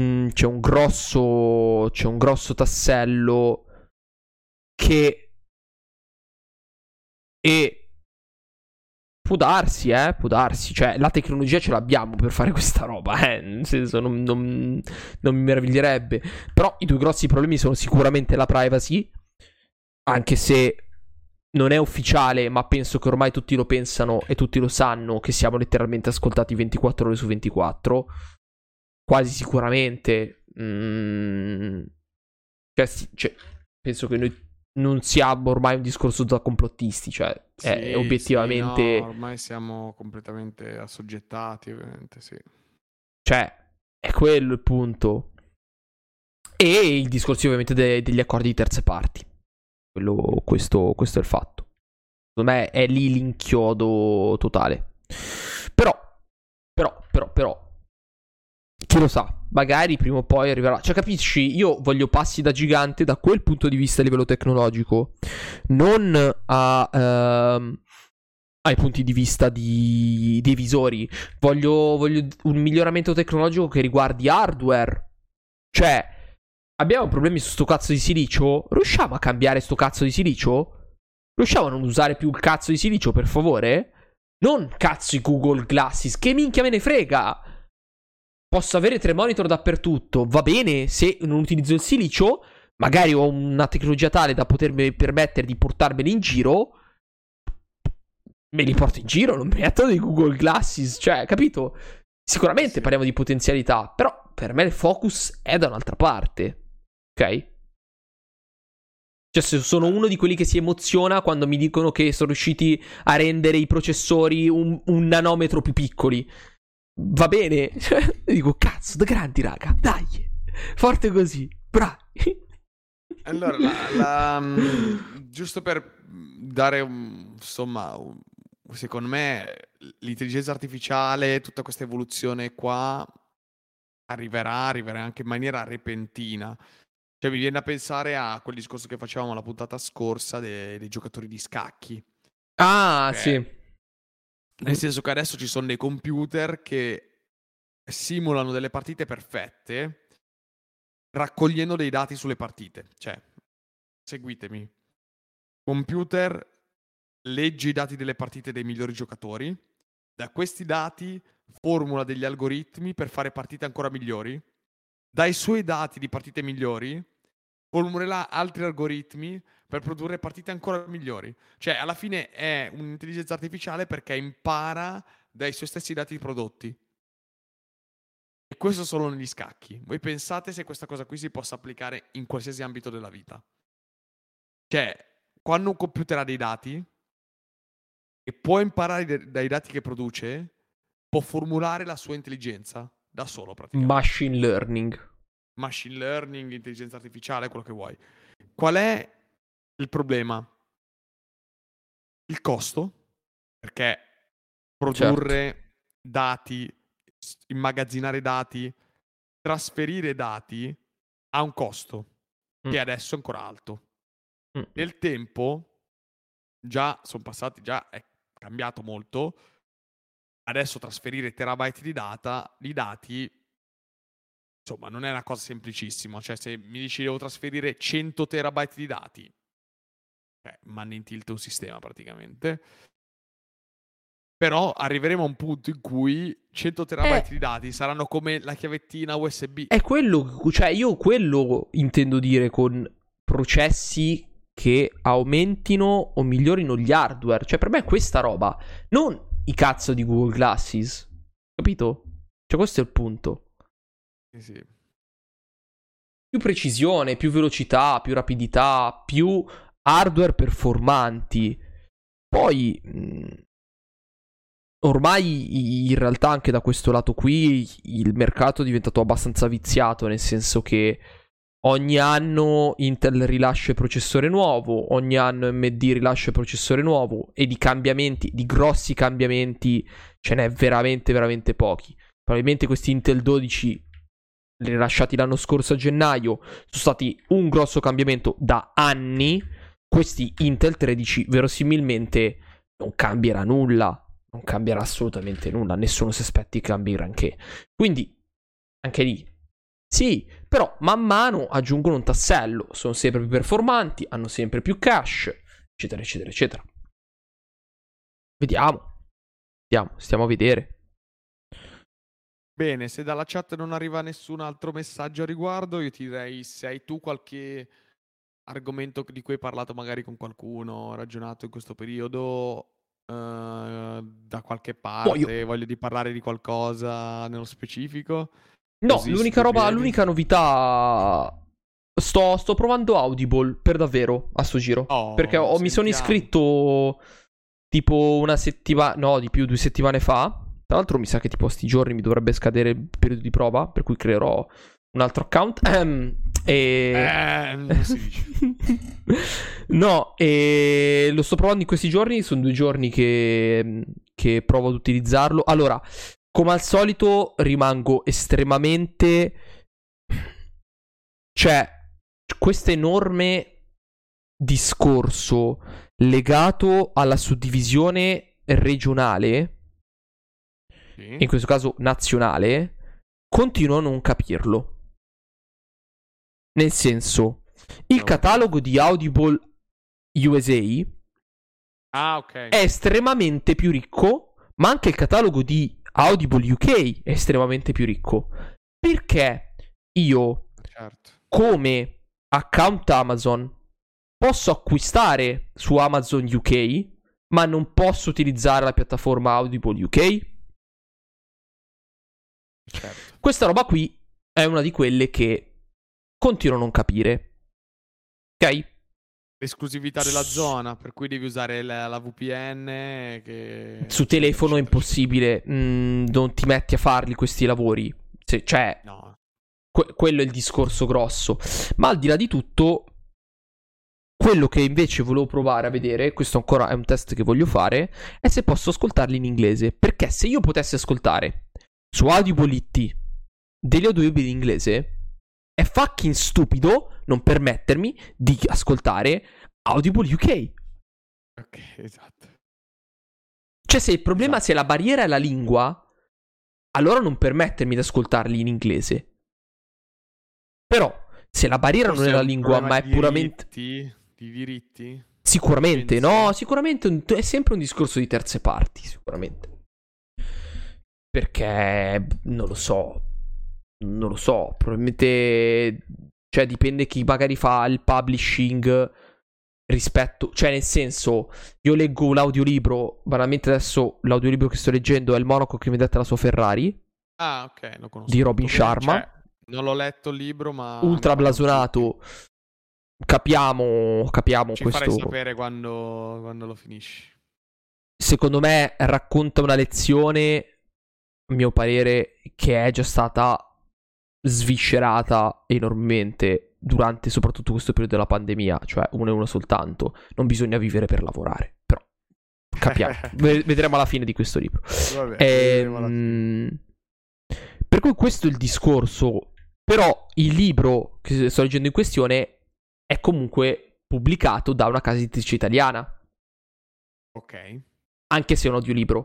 c'è un grosso tassello che e può darsi, cioè la tecnologia ce l'abbiamo per fare questa roba, nel senso non mi meraviglierebbe, però i due grossi problemi sono sicuramente la privacy, anche se non è ufficiale, ma penso che ormai tutti lo pensano e tutti lo sanno che siamo letteralmente ascoltati 24 ore su 24, quasi sicuramente. Cioè, penso che noi non siamo ormai un discorso da complottisti, cioè è Sì, sì, no, obiettivamente, ormai siamo completamente assoggettati, ovviamente, sì. cioè è quello il punto. E il discorso ovviamente degli accordi di terze parti. Questo è il fatto. Secondo me è lì l'inchiodo totale. Però, chi lo sa, magari prima o poi arriverà. Cioè, capisci? Io voglio passi da gigante da quel punto di vista a livello tecnologico, non ai punti di vista dei visori. Voglio un miglioramento tecnologico che riguardi hardware. Cioè, abbiamo problemi su sto cazzo di silicio? Riusciamo a cambiare sto cazzo di silicio? Riusciamo a non usare più il cazzo di silicio, per favore? Non cazzo i Google Glasses, che minchia me ne frega? Posso avere 3 monitor dappertutto, va bene se non utilizzo il silicio, magari ho una tecnologia tale da potermi permettere di portarmeli in giro, me li porto in giro, non mi metto dei Google Glasses, cioè, capito? Sicuramente Sì. parliamo di potenzialità, però per me il focus è da un'altra parte, ok? Cioè, se sono uno di quelli che si emoziona quando mi dicono che sono riusciti a rendere i processori un nanometro più piccoli. Va bene. Cioè, dico, cazzo, da grandi, raga. Dai. Forte così. Bravi. Allora, giusto per dare, insomma, secondo me l'intelligenza artificiale, tutta questa evoluzione qua arriverà anche in maniera repentina. Cioè, mi viene da pensare a quel discorso che facevamo la puntata scorsa dei giocatori di scacchi. Ah, Cioè, sì. nel senso che adesso ci sono dei computer che simulano delle partite perfette raccogliendo dei dati sulle partite. Cioè, seguitemi. Computer legge i dati delle partite dei migliori giocatori, da questi dati formula degli algoritmi per fare partite ancora migliori, dai suoi dati di partite migliori formulerà altri algoritmi per produrre partite ancora migliori. Cioè, alla fine è un'intelligenza artificiale perché impara dai suoi stessi dati prodotti. E questo solo negli scacchi. Voi pensate se questa cosa qui si possa applicare in qualsiasi ambito della vita? Cioè, quando un computer ha dei dati e può imparare dai dati che produce, può formulare la sua intelligenza da solo praticamente. Machine learning. Machine learning, intelligenza artificiale, quello che vuoi. Qual è il problema? Il costo, perché Certo. produrre dati, immagazzinare dati, trasferire dati ha un costo, Mm, che adesso è ancora alto. mm. Nel tempo, già sono passati, già è cambiato molto, adesso trasferire terabyte di dati, insomma, non è una cosa semplicissima. Cioè, se mi dici devo trasferire 100 terabyte di dati, manda in tilt un sistema praticamente. Però arriveremo a un punto in cui 100 terabyte di dati saranno come la chiavettina USB. È quello, cioè io quello intendo dire con processi che aumentino o migliorino gli hardware. Cioè per me è questa roba, non i cazzo di Google Glasses, capito? Cioè questo è il punto. Sì. Più precisione, più velocità, più rapidità, più hardware performanti. Poi ormai in realtà anche da questo lato qui il mercato è diventato abbastanza viziato, nel senso che ogni anno Intel rilascia processore nuovo, ogni anno AMD rilascia processore nuovo, e di cambiamenti, di grossi cambiamenti, ce n'è veramente veramente pochi. Probabilmente questi Intel 12 rilasciati l'anno scorso a gennaio sono stati un grosso cambiamento da anni. Questi Intel 13 verosimilmente non cambierà nulla. Non cambierà assolutamente nulla. Nessuno si aspetti che cambi granché. Quindi, anche lì, sì, però man mano aggiungono un tassello. Sono sempre più performanti, hanno sempre più cache, eccetera, eccetera, eccetera. Vediamo, stiamo a vedere. Bene, se dalla chat non arriva nessun altro messaggio a riguardo, io ti direi, se hai tu qualche argomento di cui hai parlato magari con qualcuno, ragionato in questo periodo, da qualche parte, voglio di parlare di qualcosa nello specifico. No, l'unica novità, sto provando Audible per davvero a sto giro, perché mi sono iscritto tipo una settimana, no, di più, 2 settimane fa. Tra l'altro mi sa che tipo a sti giorni mi dovrebbe scadere il periodo di prova, per cui creerò un altro account. Non si dice. No, e lo sto provando in questi giorni. Sono 2 giorni che provo ad utilizzarlo. Allora, come al solito rimango estremamente... Cioè, questo enorme discorso legato alla suddivisione regionale, in questo caso nazionale, continuo a non capirlo. Nel senso, il catalogo di Audible USA è estremamente più ricco, ma anche il catalogo di Audible UK è estremamente più ricco. Perché io, come account Amazon, posso acquistare su Amazon UK, ma non posso utilizzare la piattaforma Audible UK? Certo. Questa roba qui è una di quelle che continuo a non capire. Ok? L'esclusività della zona, per cui devi usare la VPN che... Su telefono è impossibile. Non ti metti a farli questi lavori. Cioè, no. Quello è il discorso grosso. Ma al di là di tutto, quello che invece volevo provare a vedere, questo ancora è un test che voglio fare, è se posso ascoltarli in inglese. Perché se io potessi ascoltare su Audible IT degli audiolibri in inglese, è fucking stupido non permettermi di ascoltare Audible UK. Ok, esatto. Cioè, se il problema, se la barriera è la lingua, allora non permettermi di ascoltarli in inglese. Però, se la barriera non è la lingua, ma è puramente... Di diritti? Sicuramente, no, sicuramente è sempre un discorso di terze parti, sicuramente. Perché, non lo so, probabilmente, cioè dipende chi magari fa il publishing rispetto, cioè nel senso, io leggo l'audiolibro, banalmente adesso l'audiolibro che sto leggendo è Il monaco che vendette la sua Ferrari. Ah, ok, lo conosco. Di Robin Sharma. Cioè, non l'ho letto il libro, ma... Ultra blasonato. Capiamo Ci questo. farai sapere quando lo finisci. Secondo me racconta una lezione, a mio parere, che è già stata sviscerata enormemente durante soprattutto questo periodo della pandemia. Cioè, uno e uno soltanto. Non bisogna vivere per lavorare. Però capiamo. Vedremo alla fine di questo libro. Vabbè, per cui questo è il discorso. Però il libro che sto leggendo in questione è comunque pubblicato da una casa editrice italiana. Ok. Anche se è un audiolibro.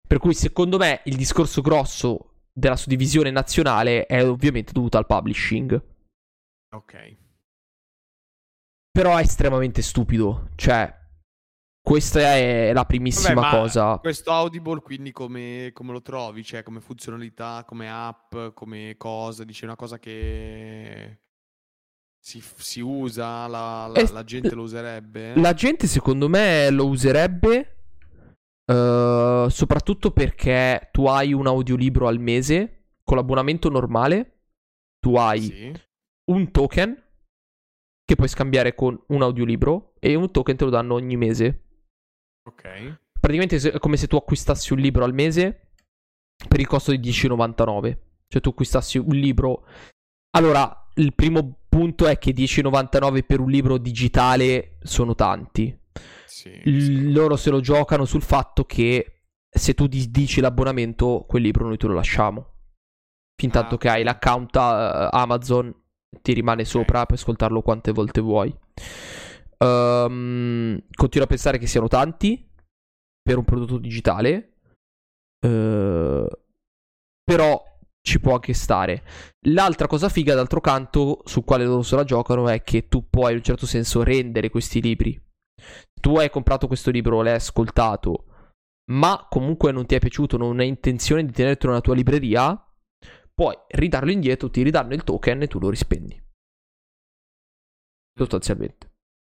Per cui secondo me il discorso grosso della suddivisione nazionale è ovviamente dovuto al publishing. Ok. Però è estremamente stupido. Cioè, questa è la primissima Vabbè, ma cosa. questo Audible quindi come lo trovi? Cioè come funzionalità, come app, come cosa? Dici una cosa che si usa, la gente lo userebbe? La gente secondo me lo userebbe, soprattutto perché tu hai un audiolibro al mese con l'abbonamento normale. Tu hai Sì, un token che puoi scambiare con un audiolibro e un token te lo danno ogni mese. ok. Praticamente è come se tu acquistassi un libro al mese per il costo di 10,99. Cioè tu acquistassi un libro. Allora, il primo punto è che 10,99 per un libro digitale sono tanti. Sì. Loro se lo giocano sul fatto che se tu dici l'abbonamento, quel libro noi te lo lasciamo. Fintanto che Ok. hai l'account Amazon, ti rimane sopra, puoi ascoltarlo quante volte vuoi. Continuo a pensare che siano tanti per un prodotto digitale. Però ci può anche stare. L'altra cosa figa, d'altro canto, su quale loro se la giocano, è che tu puoi in un certo senso rendere questi libri. Tu hai comprato questo libro, l'hai ascoltato, ma comunque non ti è piaciuto, non hai intenzione di tenertelo nella tua libreria, puoi ridarlo indietro, ti ridanno il token e tu lo rispendi. Sostanzialmente.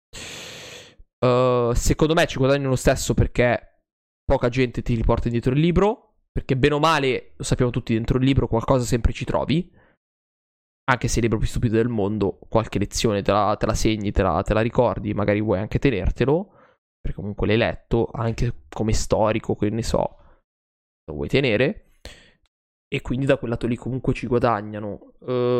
Secondo me ci guadagni lo stesso perché poca gente ti riporta indietro il libro. Perché bene o male, lo sappiamo tutti, dentro il libro qualcosa sempre ci trovi. Anche se è il libro più stupido del mondo, qualche lezione te la segni, te la ricordi, magari vuoi anche tenertelo, perché comunque l'hai letto, anche come storico, che ne so, lo vuoi tenere. E quindi da quel lato lì comunque ci guadagnano.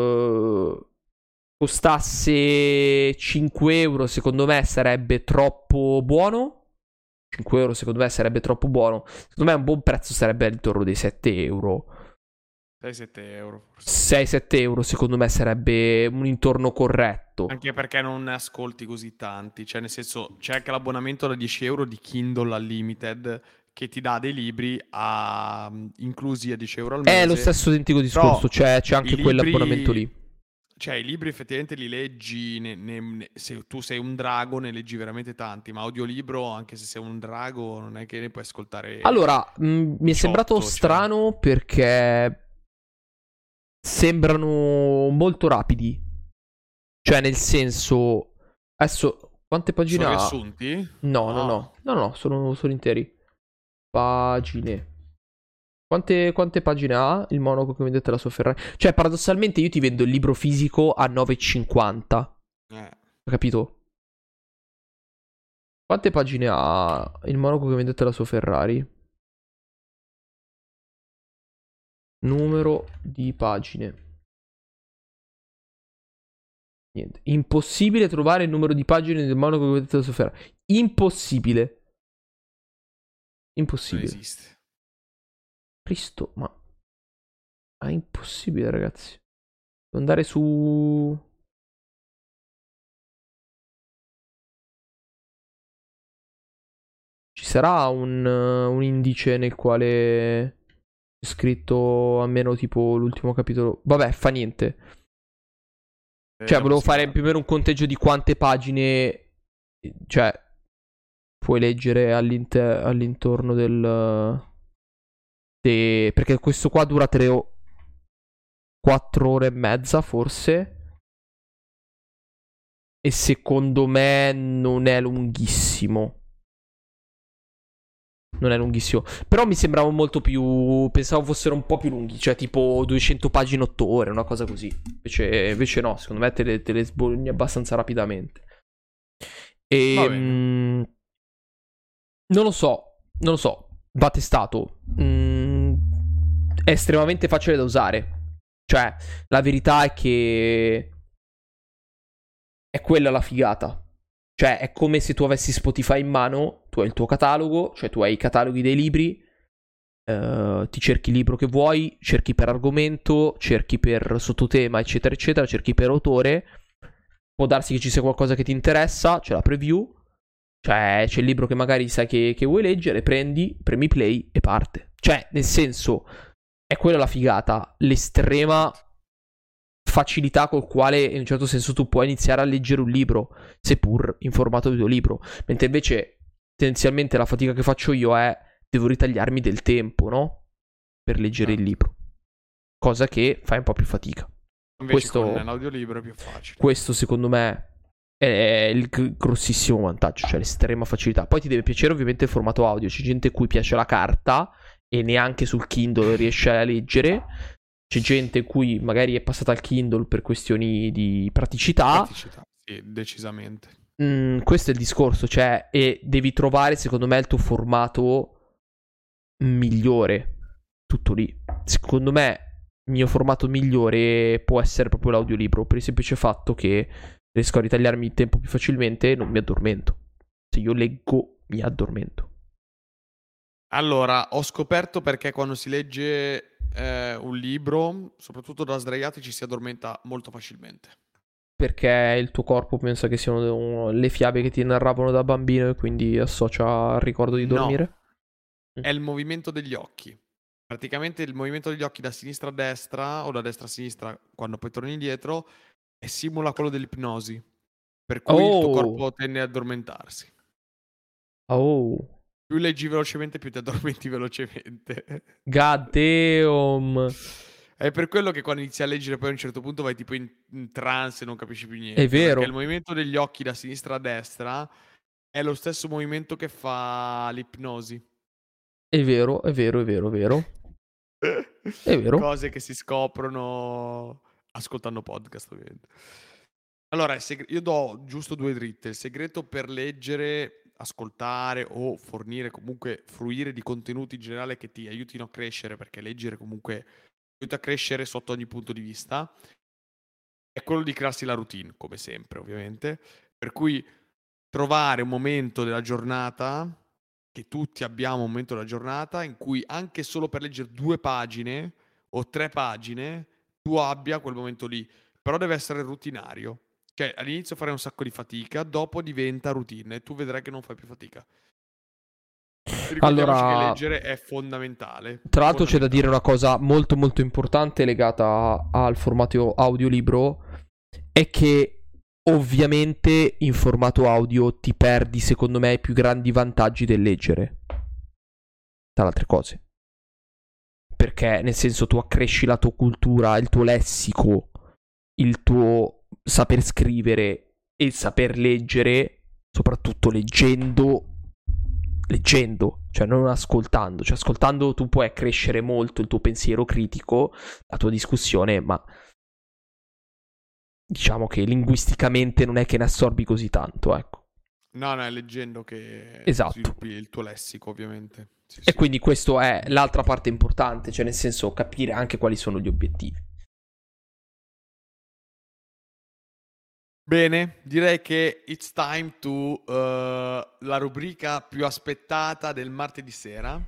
Costasse 5 euro, secondo me sarebbe troppo buono. 5 euro secondo me sarebbe troppo buono. Secondo me un buon prezzo sarebbe intorno dei 7 euro. 6-7 euro forse. 6-7 euro secondo me sarebbe un intorno corretto. Anche perché non ne ascolti così tanti. Cioè nel senso c'è anche l'abbonamento da 10 euro di Kindle Unlimited che ti dà dei libri inclusi a 10 euro al mese. È lo stesso identico discorso, c'è anche i quell'abbonamento libri- lì. Cioè, i libri effettivamente li leggi, se tu sei un drago ne leggi veramente tanti, ma audiolibro, anche se sei un drago, non è che ne puoi ascoltare Allora, mi è sembrato 18, cioè. strano perché sembrano molto rapidi. Cioè, nel senso, adesso quante pagine Sono ha? riassunti? No, sono interi. Pagine. Quante pagine ha il monaco che vendete la sua Ferrari? Cioè, paradossalmente io ti vendo il libro fisico a 9,50. Eh. Capito? Quante pagine ha il monaco che vendete la sua Ferrari? Numero di pagine. Niente. Impossibile trovare il numero di pagine del monaco che vendete la sua Ferrari. Impossibile. Non Impossibile. esiste. Cristo, ma è impossibile, ragazzi. Devo andare su. Ci sarà un indice nel quale c'è scritto almeno tipo l'ultimo capitolo. Vabbè, fa niente. Cioè, volevo fare più o meno un conteggio di quante pagine. Cioè, puoi leggere all'intorno del. Perché questo qua dura 4 ore e mezza, forse. E secondo me non è lunghissimo. Non è lunghissimo. Però mi sembrava molto più. Pensavo fossero un po' più lunghi. Cioè, tipo 200 pagine 8 ore, una cosa così. Invece no, secondo me te le sbologni abbastanza rapidamente. Va bene. Non lo so. Va testato. È estremamente facile da usare. Cioè, la verità è che è quella la figata. Cioè, è come se tu avessi Spotify in mano, tu hai il tuo catalogo, cioè tu hai i cataloghi dei libri, ti cerchi il libro che vuoi, cerchi per argomento, cerchi per sottotema, eccetera, eccetera, cerchi per autore. Può darsi che ci sia qualcosa che ti interessa, c'è la preview, cioè c'è il libro che magari sai che vuoi leggere, premi play e parte. Cioè, nel senso, è quella la figata, l'estrema facilità col quale in un certo senso tu puoi iniziare a leggere un libro, seppur in formato videolibro, mentre invece tendenzialmente la fatica che faccio io è devo ritagliarmi del tempo, no? Per leggere il libro, cosa che fai un po' più fatica. Invece con l'audiolibro è più facile. Questo secondo me è il grossissimo vantaggio, cioè l'estrema facilità. Poi ti deve piacere ovviamente il formato audio, c'è gente a cui piace la carta e neanche sul Kindle riesce a leggere. C'è gente cui magari è passata al Kindle per questioni di praticità. Praticità, sì, decisamente. Questo è il discorso, cioè, e devi trovare, secondo me, il tuo formato migliore. Tutto lì. Secondo me, il mio formato migliore può essere proprio l'audiolibro, per il semplice fatto che riesco a ritagliarmi il tempo più facilmente e non mi addormento. Se io leggo, mi addormento. Allora, ho scoperto perché quando si legge un libro, soprattutto da sdraiati, ci si addormenta molto facilmente. Perché il tuo corpo pensa che siano le fiabe che ti narravano da bambino e quindi associa al ricordo di dormire? No, è il movimento degli occhi. Praticamente il movimento degli occhi da sinistra a destra o da destra a sinistra, quando poi torni indietro, simula quello dell'ipnosi. Per cui il tuo corpo tende ad addormentarsi. Più leggi velocemente, più ti addormenti velocemente. God damn. È per quello che quando inizi a leggere poi a un certo punto vai tipo in trance e non capisci più niente. È vero. Perché il movimento degli occhi da sinistra a destra è lo stesso movimento che fa l'ipnosi. È vero, è vero, è vero, è vero. È vero. Cose che si scoprono ascoltando podcast, ovviamente. Allora, io do giusto 2 dritte. Il segreto per leggere, ascoltare o fornire, comunque fruire di contenuti in generale che ti aiutino a crescere, perché leggere comunque aiuta a crescere sotto ogni punto di vista, è quello di crearsi la routine, come sempre, ovviamente. Per cui trovare un momento della giornata, che tutti abbiamo un momento della giornata, in cui anche solo per leggere 2 pagine o 3 pagine, tu abbia quel momento lì. Però deve essere rutinario. Cioè, all'inizio farai un sacco di fatica, dopo diventa routine e tu vedrai che non fai più fatica. Ricordiamoci che leggere è fondamentale. Tra l'altro c'è da dire una cosa molto molto importante legata al formato audiolibro, è che ovviamente in formato audio ti perdi secondo me i più grandi vantaggi del leggere, tra le altre cose. Perché nel senso tu accresci la tua cultura, il tuo lessico, il tuo saper scrivere e il saper leggere, soprattutto leggendo, cioè non ascoltando. Cioè ascoltando tu puoi accrescere molto il tuo pensiero critico, la tua discussione, ma diciamo che linguisticamente non è che ne assorbi così tanto, ecco. No, è leggendo che sviluppi il tuo lessico, ovviamente. Sì, e quindi questo è l'altra parte importante, cioè nel senso capire anche quali sono gli obiettivi. Bene, direi che it's time to la rubrica più aspettata del martedì sera.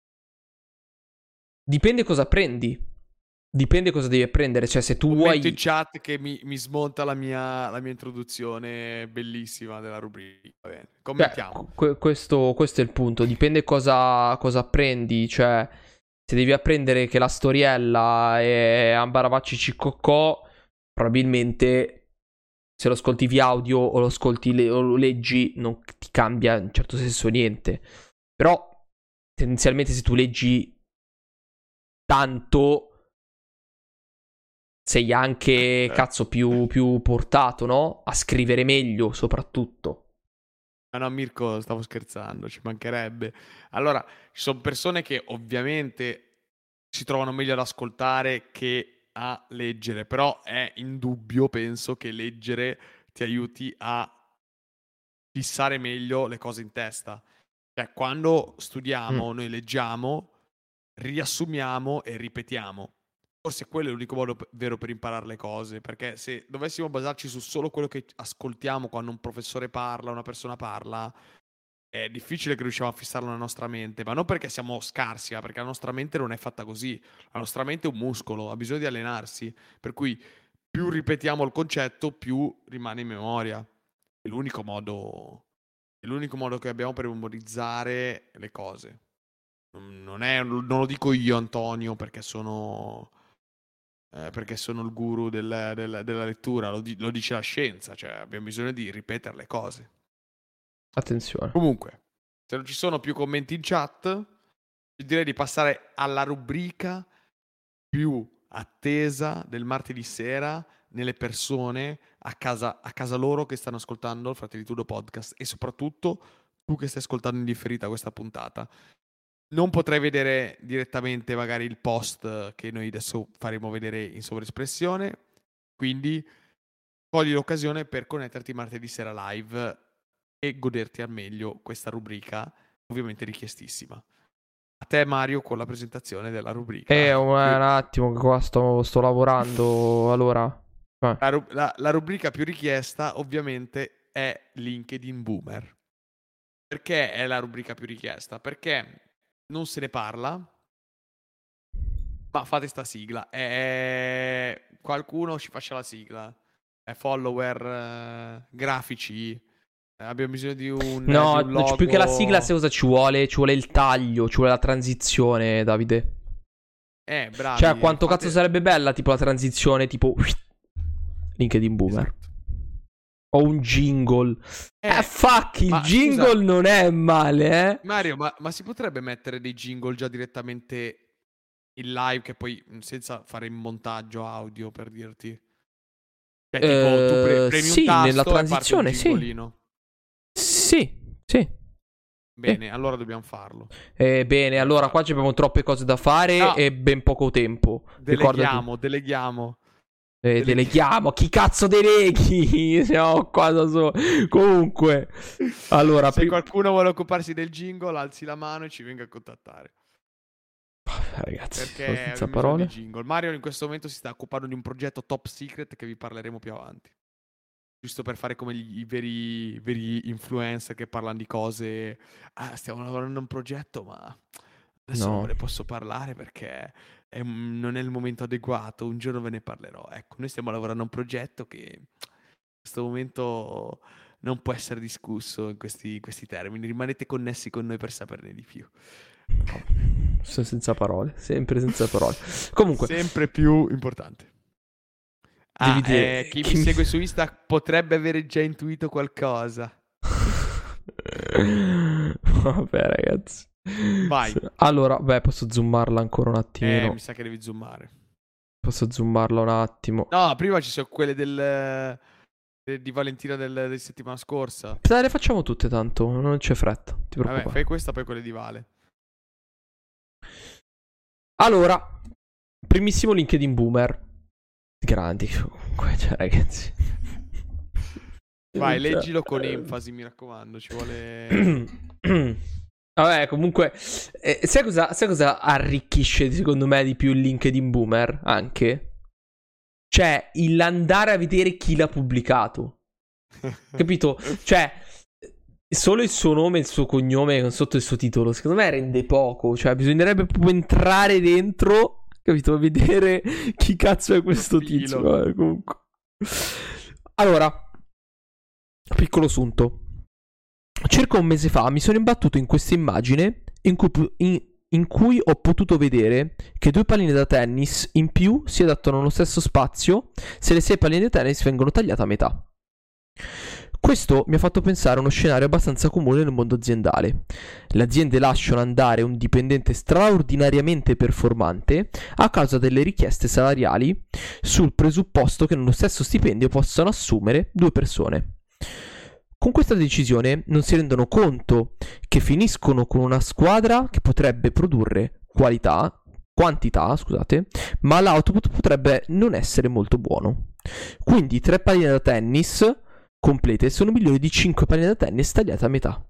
Dipende cosa prendi. Dipende cosa devi apprendere. Cioè, se tu Commento in chat che mi smonta la mia introduzione bellissima della rubrica. Va bene, commentiamo. Questo è il punto. Dipende cosa apprendi. Cioè, se devi apprendere che la storiella è Ambaravacci Ciccocò, probabilmente se lo ascolti via audio o lo ascolti o lo leggi non ti cambia in certo senso niente. Però tendenzialmente se tu leggi tanto sei anche cazzo più portato, no? A scrivere meglio soprattutto. No, Mirko, stavo scherzando, ci mancherebbe. Allora, ci sono persone che ovviamente si trovano meglio ad ascoltare che a leggere, però è indubbio, penso, che leggere ti aiuti a fissare meglio le cose in testa. Cioè, quando studiamo, noi leggiamo, riassumiamo e ripetiamo. Forse quello è l'unico modo vero per imparare le cose, perché se dovessimo basarci su solo quello che ascoltiamo quando un professore parla, una persona parla, è difficile che riusciamo a fissarlo nella nostra mente, ma non perché siamo scarsi, ma perché la nostra mente non è fatta così. La nostra mente è un muscolo, ha bisogno di allenarsi, per cui più ripetiamo il concetto, più rimane in memoria. È l'unico modo che abbiamo per memorizzare le cose. Non lo dico io, Antonio, perché sono il guru della lettura, lo dice la scienza, cioè abbiamo bisogno di ripetere le cose. Attenzione. Comunque, se non ci sono più commenti in chat, direi di passare alla rubrica più attesa del martedì sera nelle persone a casa loro che stanno ascoltando il Fratelli Tudo podcast, e soprattutto tu che stai ascoltando in differita questa puntata. Non potrai vedere direttamente magari il post che noi adesso faremo vedere in sovraespressione, quindi cogli l'occasione per connetterti martedì sera live e goderti al meglio questa rubrica, ovviamente richiestissima. A te, Mario, con la presentazione della rubrica. Un attimo, che qua sto lavorando. Allora, la rubrica più richiesta, ovviamente, è LinkedIn Boomer. Perché è la rubrica più richiesta? Perché non se ne parla, ma fate sta sigla. Qualcuno ci faccia la sigla. Follower, grafici. Abbiamo bisogno di un logo. Più che la sigla, se cosa ci vuole? Ci vuole il taglio, ci vuole la transizione, Davide. Bravi. Cioè, quanto cazzo sarebbe bella, tipo, la transizione, tipo LinkedIn Boomer. Esatto. O un jingle. Fuck, il jingle scusa, non è male, Mario, ma si potrebbe mettere dei jingle già direttamente in live, che poi senza fare il montaggio audio, per dirti? Cioè, tipo, tu premi sì, un tasto nella transizione, e parte un jingolino. Sì. Bene, allora dobbiamo farlo. Bene, allora qua abbiamo troppe cose da fare e ben poco tempo. Deleghiamo. Deleghiamo, chi cazzo deleghi? Siamo qua da solo. Comunque, allora, se qualcuno vuole occuparsi del jingle, alzi la mano e ci venga a contattare. Ragazzi, perché senza parole. Jingle. Mario in questo momento si sta occupando di un progetto top secret che vi parleremo più avanti. Giusto per fare come i veri influencer che parlano di cose. Stiamo lavorando a un progetto, ma adesso non ve ne posso parlare perché non è il momento adeguato. Un giorno ve ne parlerò. Ecco, noi stiamo lavorando a un progetto che in questo momento non può essere discusso in questi termini. Rimanete connessi con noi per saperne di più. Sono senza parole, sempre senza parole. Comunque, sempre più importante. Chi mi segue su Insta potrebbe avere già intuito qualcosa. Vabbè, ragazzi. Vai. Allora, posso zoomarla ancora un attimino. Mi sa che devi zoomare. Posso zoomarla un attimo. No, prima ci sono quelle di Valentina del settimana scorsa. Le facciamo tutte tanto, non c'è fretta. Ti preoccupare. Vabbè, fai questa, poi quelle di Vale. Allora, primissimo LinkedIn Boomer. Grandi comunque, cioè, ragazzi. Vai, leggilo con enfasi, mi raccomando, ci vuole. Vabbè, comunque, sai cosa arricchisce secondo me di più il LinkedIn Boomer? Anche, cioè, l'andare a vedere chi l'ha pubblicato. Capito? Cioè, solo il suo nome e il suo cognome sotto il suo titolo, secondo me rende poco. Cioè, bisognerebbe proprio entrare dentro, capito? Vedere chi cazzo è questo tizio. Vabbè, comunque. Allora, piccolo sunto. Circa un mese fa mi sono imbattuto in questa immagine in cui ho potuto vedere che 2 palline da tennis in più si adattano allo stesso spazio se le 6 palline da tennis vengono tagliate a metà. Questo mi ha fatto pensare a uno scenario abbastanza comune nel mondo aziendale. Le aziende lasciano andare un dipendente straordinariamente performante a causa delle richieste salariali, sul presupposto che nello stesso stipendio possano assumere 2 persone. Con questa decisione non si rendono conto che finiscono con una squadra che potrebbe produrre quantità, ma l'output potrebbe non essere molto buono. Quindi 3 palline da tennis complete sono migliori di 5 palline da tennis tagliate a metà.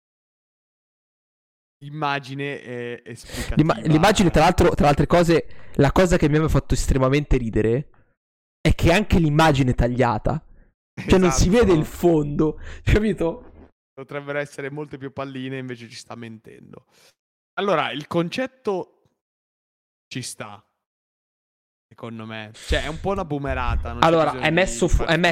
Immagine è esplicativa. L'immagine, tra altre cose, la cosa che mi ha fatto estremamente ridere è che anche l'immagine è tagliata. Cioè, non si vede il fondo, capito? Potrebbero essere molte più palline, invece ci sta mentendo. Allora, il concetto ci sta, secondo me. Cioè, è un po' una boomerata. Allora, è messo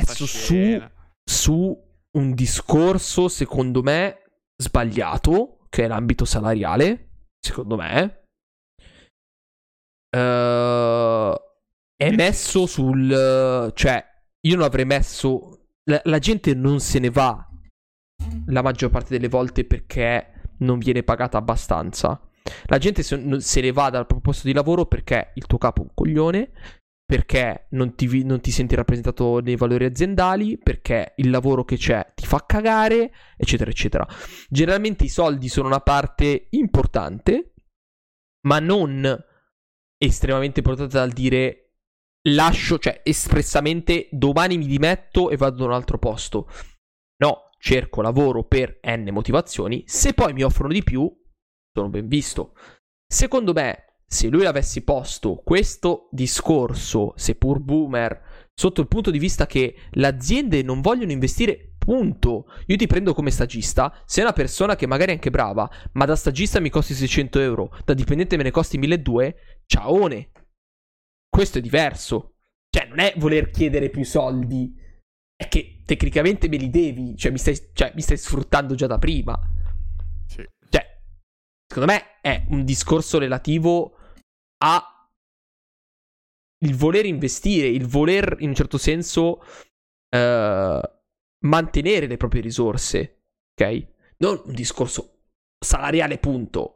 su un discorso, secondo me, sbagliato, che è l'ambito salariale, secondo me, è messo sul... Cioè, io non avrei messo... La gente non se ne va la maggior parte delle volte perché non viene pagata abbastanza. La gente se ne va dal proprio posto di lavoro perché il tuo capo è un coglione, perché non ti senti rappresentato nei valori aziendali, perché il lavoro che c'è ti fa cagare, eccetera, eccetera. Generalmente i soldi sono una parte importante, ma non estremamente importante dal dire lascio, cioè espressamente domani mi dimetto e vado da un altro posto. No, cerco lavoro per N motivazioni, se poi mi offrono di più, sono ben visto. Secondo me, se lui avessi posto questo discorso, seppur boomer, sotto il punto di vista che le aziende non vogliono investire, punto. Io ti prendo come stagista, sei una persona che magari è anche brava, ma da stagista mi costi 600 euro, da dipendente me ne costi 1200, ciaone. Questo è diverso. Cioè, non è voler chiedere più soldi, è che tecnicamente me li devi, cioè mi stai sfruttando già da prima. Sì. Cioè, secondo me è un discorso relativo a il voler investire, il voler in un certo senso mantenere le proprie risorse, ok? Non un discorso salariale, punto.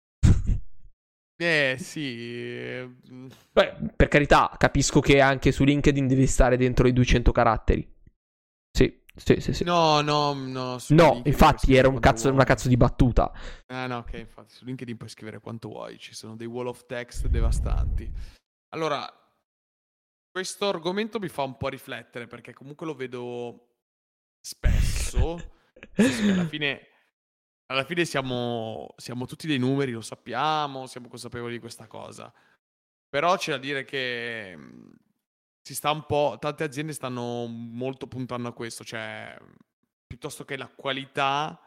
Sì. Beh, per carità, capisco che anche su LinkedIn devi stare dentro i 200 caratteri. Sì. No. Su No, LinkedIn infatti puoi era scrivere quanto una vuoi. cazzo di battuta. No, ok, infatti su LinkedIn puoi scrivere quanto vuoi, ci sono dei wall of text devastanti. Allora, questo argomento mi fa un po' riflettere perché comunque lo vedo spesso, nel senso che alla fine siamo tutti dei numeri, lo sappiamo, siamo consapevoli di questa cosa. Però c'è da dire che si sta un po', tante aziende stanno molto puntando a questo, cioè piuttosto che la qualità,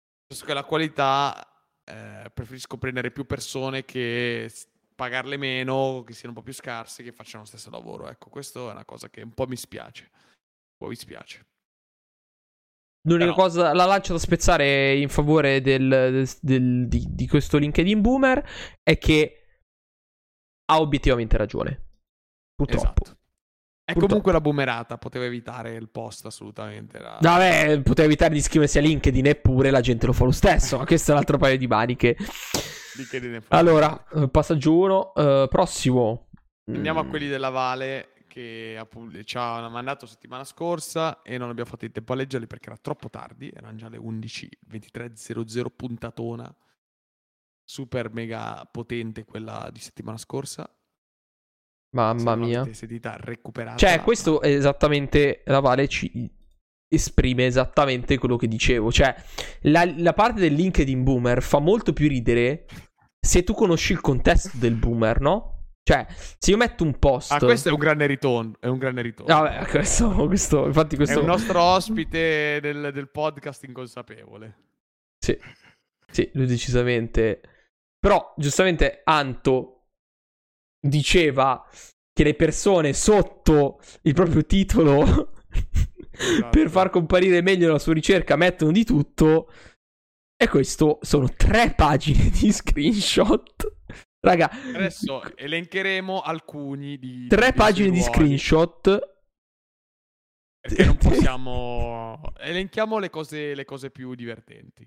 preferisco prendere più persone che pagarle meno, che siano un po' più scarse, che facciano lo stesso lavoro. Ecco, questo è una cosa che un po' mi spiace. Un po' mi spiace. L'unica Però, cosa, la lancia da spezzare in favore di questo LinkedIn boomer è che ha obiettivamente ragione. Purtroppo. esatto. È comunque la boomerata, poteva evitare il post assolutamente. Vabbè, poteva evitare di iscriversi a LinkedIn, eppure la gente lo fa lo stesso. Ma questo è un altro paio di maniche. Allora, passaggio 1, prossimo. Andiamo a quelli della Vale che ci ha mandato settimana scorsa e non abbiamo fatto in tempo a leggerli perché era troppo tardi, erano già le 11:23:00 puntatona. Super mega potente quella di settimana scorsa. Mamma mia. L'avete sentita recuperata. Cioè, questo è esattamente, la Vale ci esprime esattamente quello che dicevo. Cioè, la parte del LinkedIn boomer fa molto più ridere se tu conosci il contesto del boomer, no? Cioè, se io metto un post... questo è un grande ritorno. È un grande ritorno. Vabbè, questo infatti questo... È un nostro ospite del podcast inconsapevole. Sì, lui decisamente. Però, giustamente, Anto diceva che le persone sotto il proprio titolo per far comparire meglio la sua ricerca mettono di tutto. E questo sono 3 pagine di screenshot. Raga, adesso elencheremo alcuni di 3 pagine di screenshot. Perché non possiamo... Elenchiamo le cose più divertenti.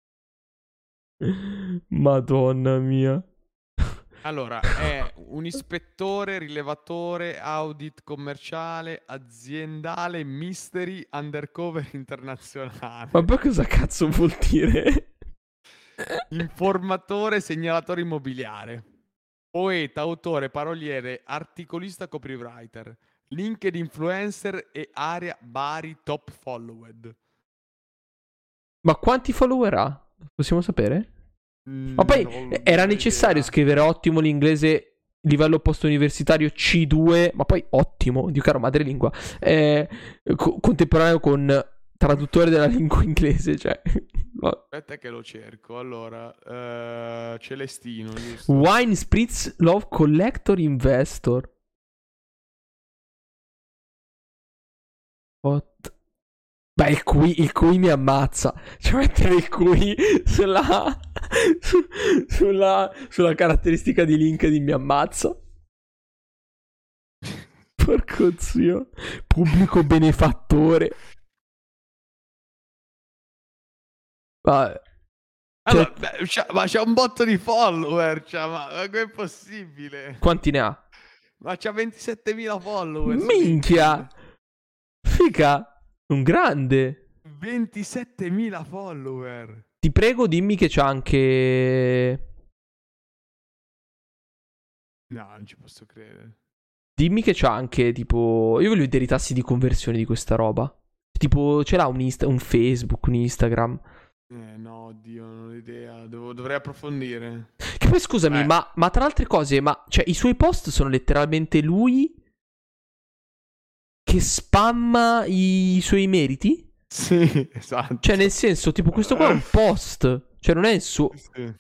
Madonna mia. Allora, è un ispettore, rilevatore, audit commerciale, aziendale, mystery, undercover internazionale. Ma poi cosa cazzo vuol dire? Informatore, segnalatore immobiliare. Poeta, autore, paroliere, articolista, copywriter. LinkedIn influencer e area Bari top followed. Ma quanti follower ha? Possiamo sapere? Ma poi era necessario scrivere ottimo l'inglese livello post-universitario C2, ma poi ottimo, Dio caro madrelingua, contemporaneo con traduttore della lingua inglese, cioè... Aspetta che lo cerco, allora, Celestino, giusto? Wine Spritz Love Collector Investor. What? Beh, il cui mi ammazza. Cioè, mettere il cui sulla caratteristica di LinkedIn mi ammazza. Porco zio. Pubblico benefattore. Vabbè. Allora, ma c'ha un botto di follower, ma com'è possibile? Quanti ne ha? Ma c'ha 27.000 follower su Minchia! LinkedIn. Figa! Un grande! 27.000 follower. Ti prego, dimmi che c'ha anche... No, non ci posso credere. Dimmi che c'ha anche, tipo... Io voglio vedere i tassi di conversione di questa roba. Tipo, ce l'ha un Facebook, un Instagram. No, oddio, non ho idea. Dovrei approfondire. Che poi, scusami, ma tra altre cose, cioè, i suoi post sono letteralmente lui che spamma i suoi meriti? Sì, esatto. Cioè, nel senso, tipo, questo qua è un post. Cioè, non è il suo... Sì.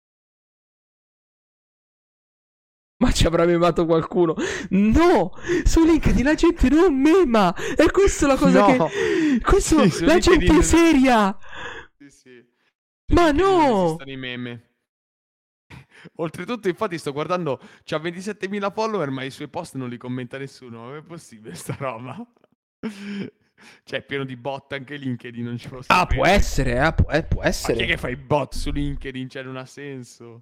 Ma ci avrà memato qualcuno? No! Su LinkedIn la gente non mema! E questa è la cosa No. che... Questo... Sì, su la gente LinkedIn- è seria! Sì, sì. Ma LinkedIn non no! esistono i meme. Oltretutto, infatti, sto guardando, c'ha 27.000 follower, ma i suoi post non li commenta nessuno. Ma è possibile sta roba? Cioè, è pieno di bot anche LinkedIn, non ci posso Ah, può credere. essere, può Ma chi è essere. che fa i bot su LinkedIn? Cioè, non ha senso.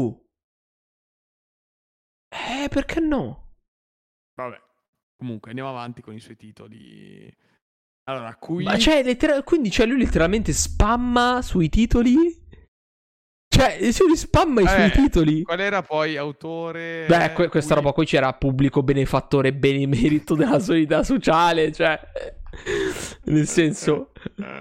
Perché no? Vabbè. Comunque, andiamo avanti con i suoi titoli. Allora, qui... Ma cioè, quindi cioè, lui letteralmente spamma sui titoli? Cioè, se lui spamma i suoi titoli? Qual era poi autore? Beh, questa roba qui c'era pubblico benefattore benemerito della solidarietà sociale, cioè... Nel senso...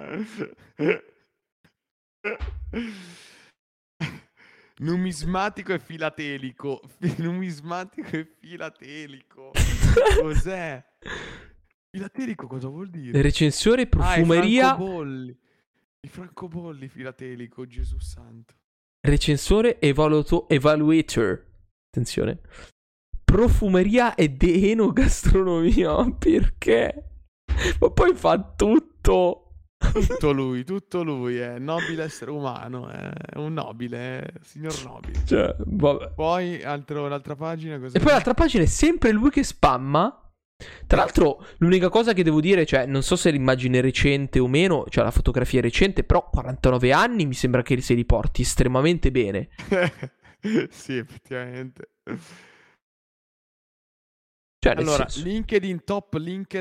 Numismatico e filatelico. Numismatico e filatelico. Cos'è? Filatelico cosa vuol dire? Recensore, profumeria... I francobolli filatelico, Gesù santo. Recensore, evaluator. Attenzione. Profumeria ed enogastronomia. Ma perché? Ma poi fa tutto. Tutto lui, è nobile essere umano, è un nobile, signor nobile. Cioè, vabbè. Poi, l'altra pagina cos'è? E poi l'altra pagina è sempre lui che spamma. Tra l'altro, l'unica cosa che devo dire, cioè, non so se l'immagine è recente o meno, cioè la fotografia è recente, però 49 anni mi sembra che se li porti estremamente bene. Sì, effettivamente. Cioè, nel Allora, senso... LinkedIn top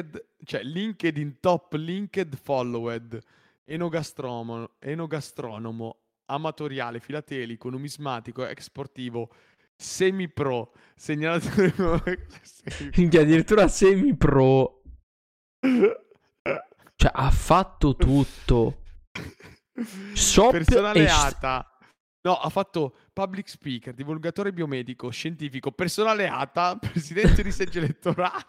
linked followed, enogastronomo, amatoriale, filatelico, numismatico, esportivo, semi-pro, segnalatore... Minchia, addirittura semi-pro. Cioè, ha fatto tutto. Shop Personale e... ATA. No, ha fatto public speaker, divulgatore biomedico, scientifico, personale ATA, presidente di seggio elettorale.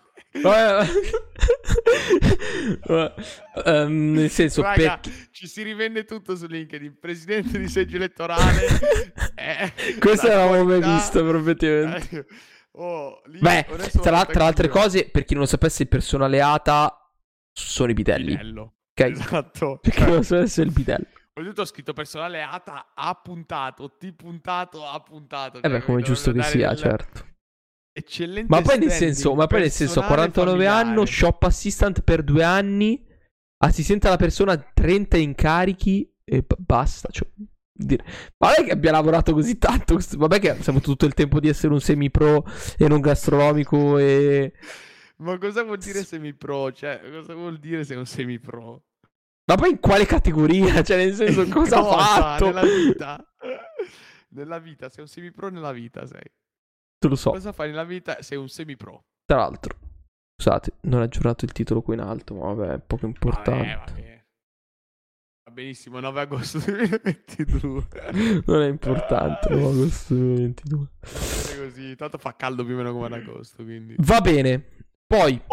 Nel senso, raga, ci si rivende tutto su LinkedIn. Presidente di seggio elettorale. Questo non l'avevo mai visto, probabilmente. Beh, tra altre cose, per chi non lo sapesse, il personale ATA sono i bidelli. Ok? Esatto. Perché non so se è il bidello. Oltretutto ho scritto personale ATA A puntato, T puntato, A puntato. Beh, come giusto che sia, certo. Eccellente. Ma poi nel senso, a 49 anni, shop assistant per 2 anni, assistente alla persona, 30 incarichi e basta. Cioè, ma non è che abbia lavorato così tanto. Vabbè che abbiamo avuto tutto il tempo di essere un semi-pro e non gastronomico e... Ma cosa vuol dire semi-pro? Cioè, cosa vuol dire sei un semi-pro? Ma poi in quale categoria? Cioè, nel senso, cosa ha fatto? Nella vita. Nella vita, sei un semi-pro nella vita, sei. Te lo so. Cosa fai nella vita? Sei un semi-pro. Tra l'altro, scusate, non ho aggiornato il titolo qui in alto, ma vabbè, è poco importante. Vabbè. Va benissimo, 9 agosto 2022. Non è importante, 9 agosto 2022. È così, tanto fa caldo più o meno come ad agosto, quindi. Va bene. Poi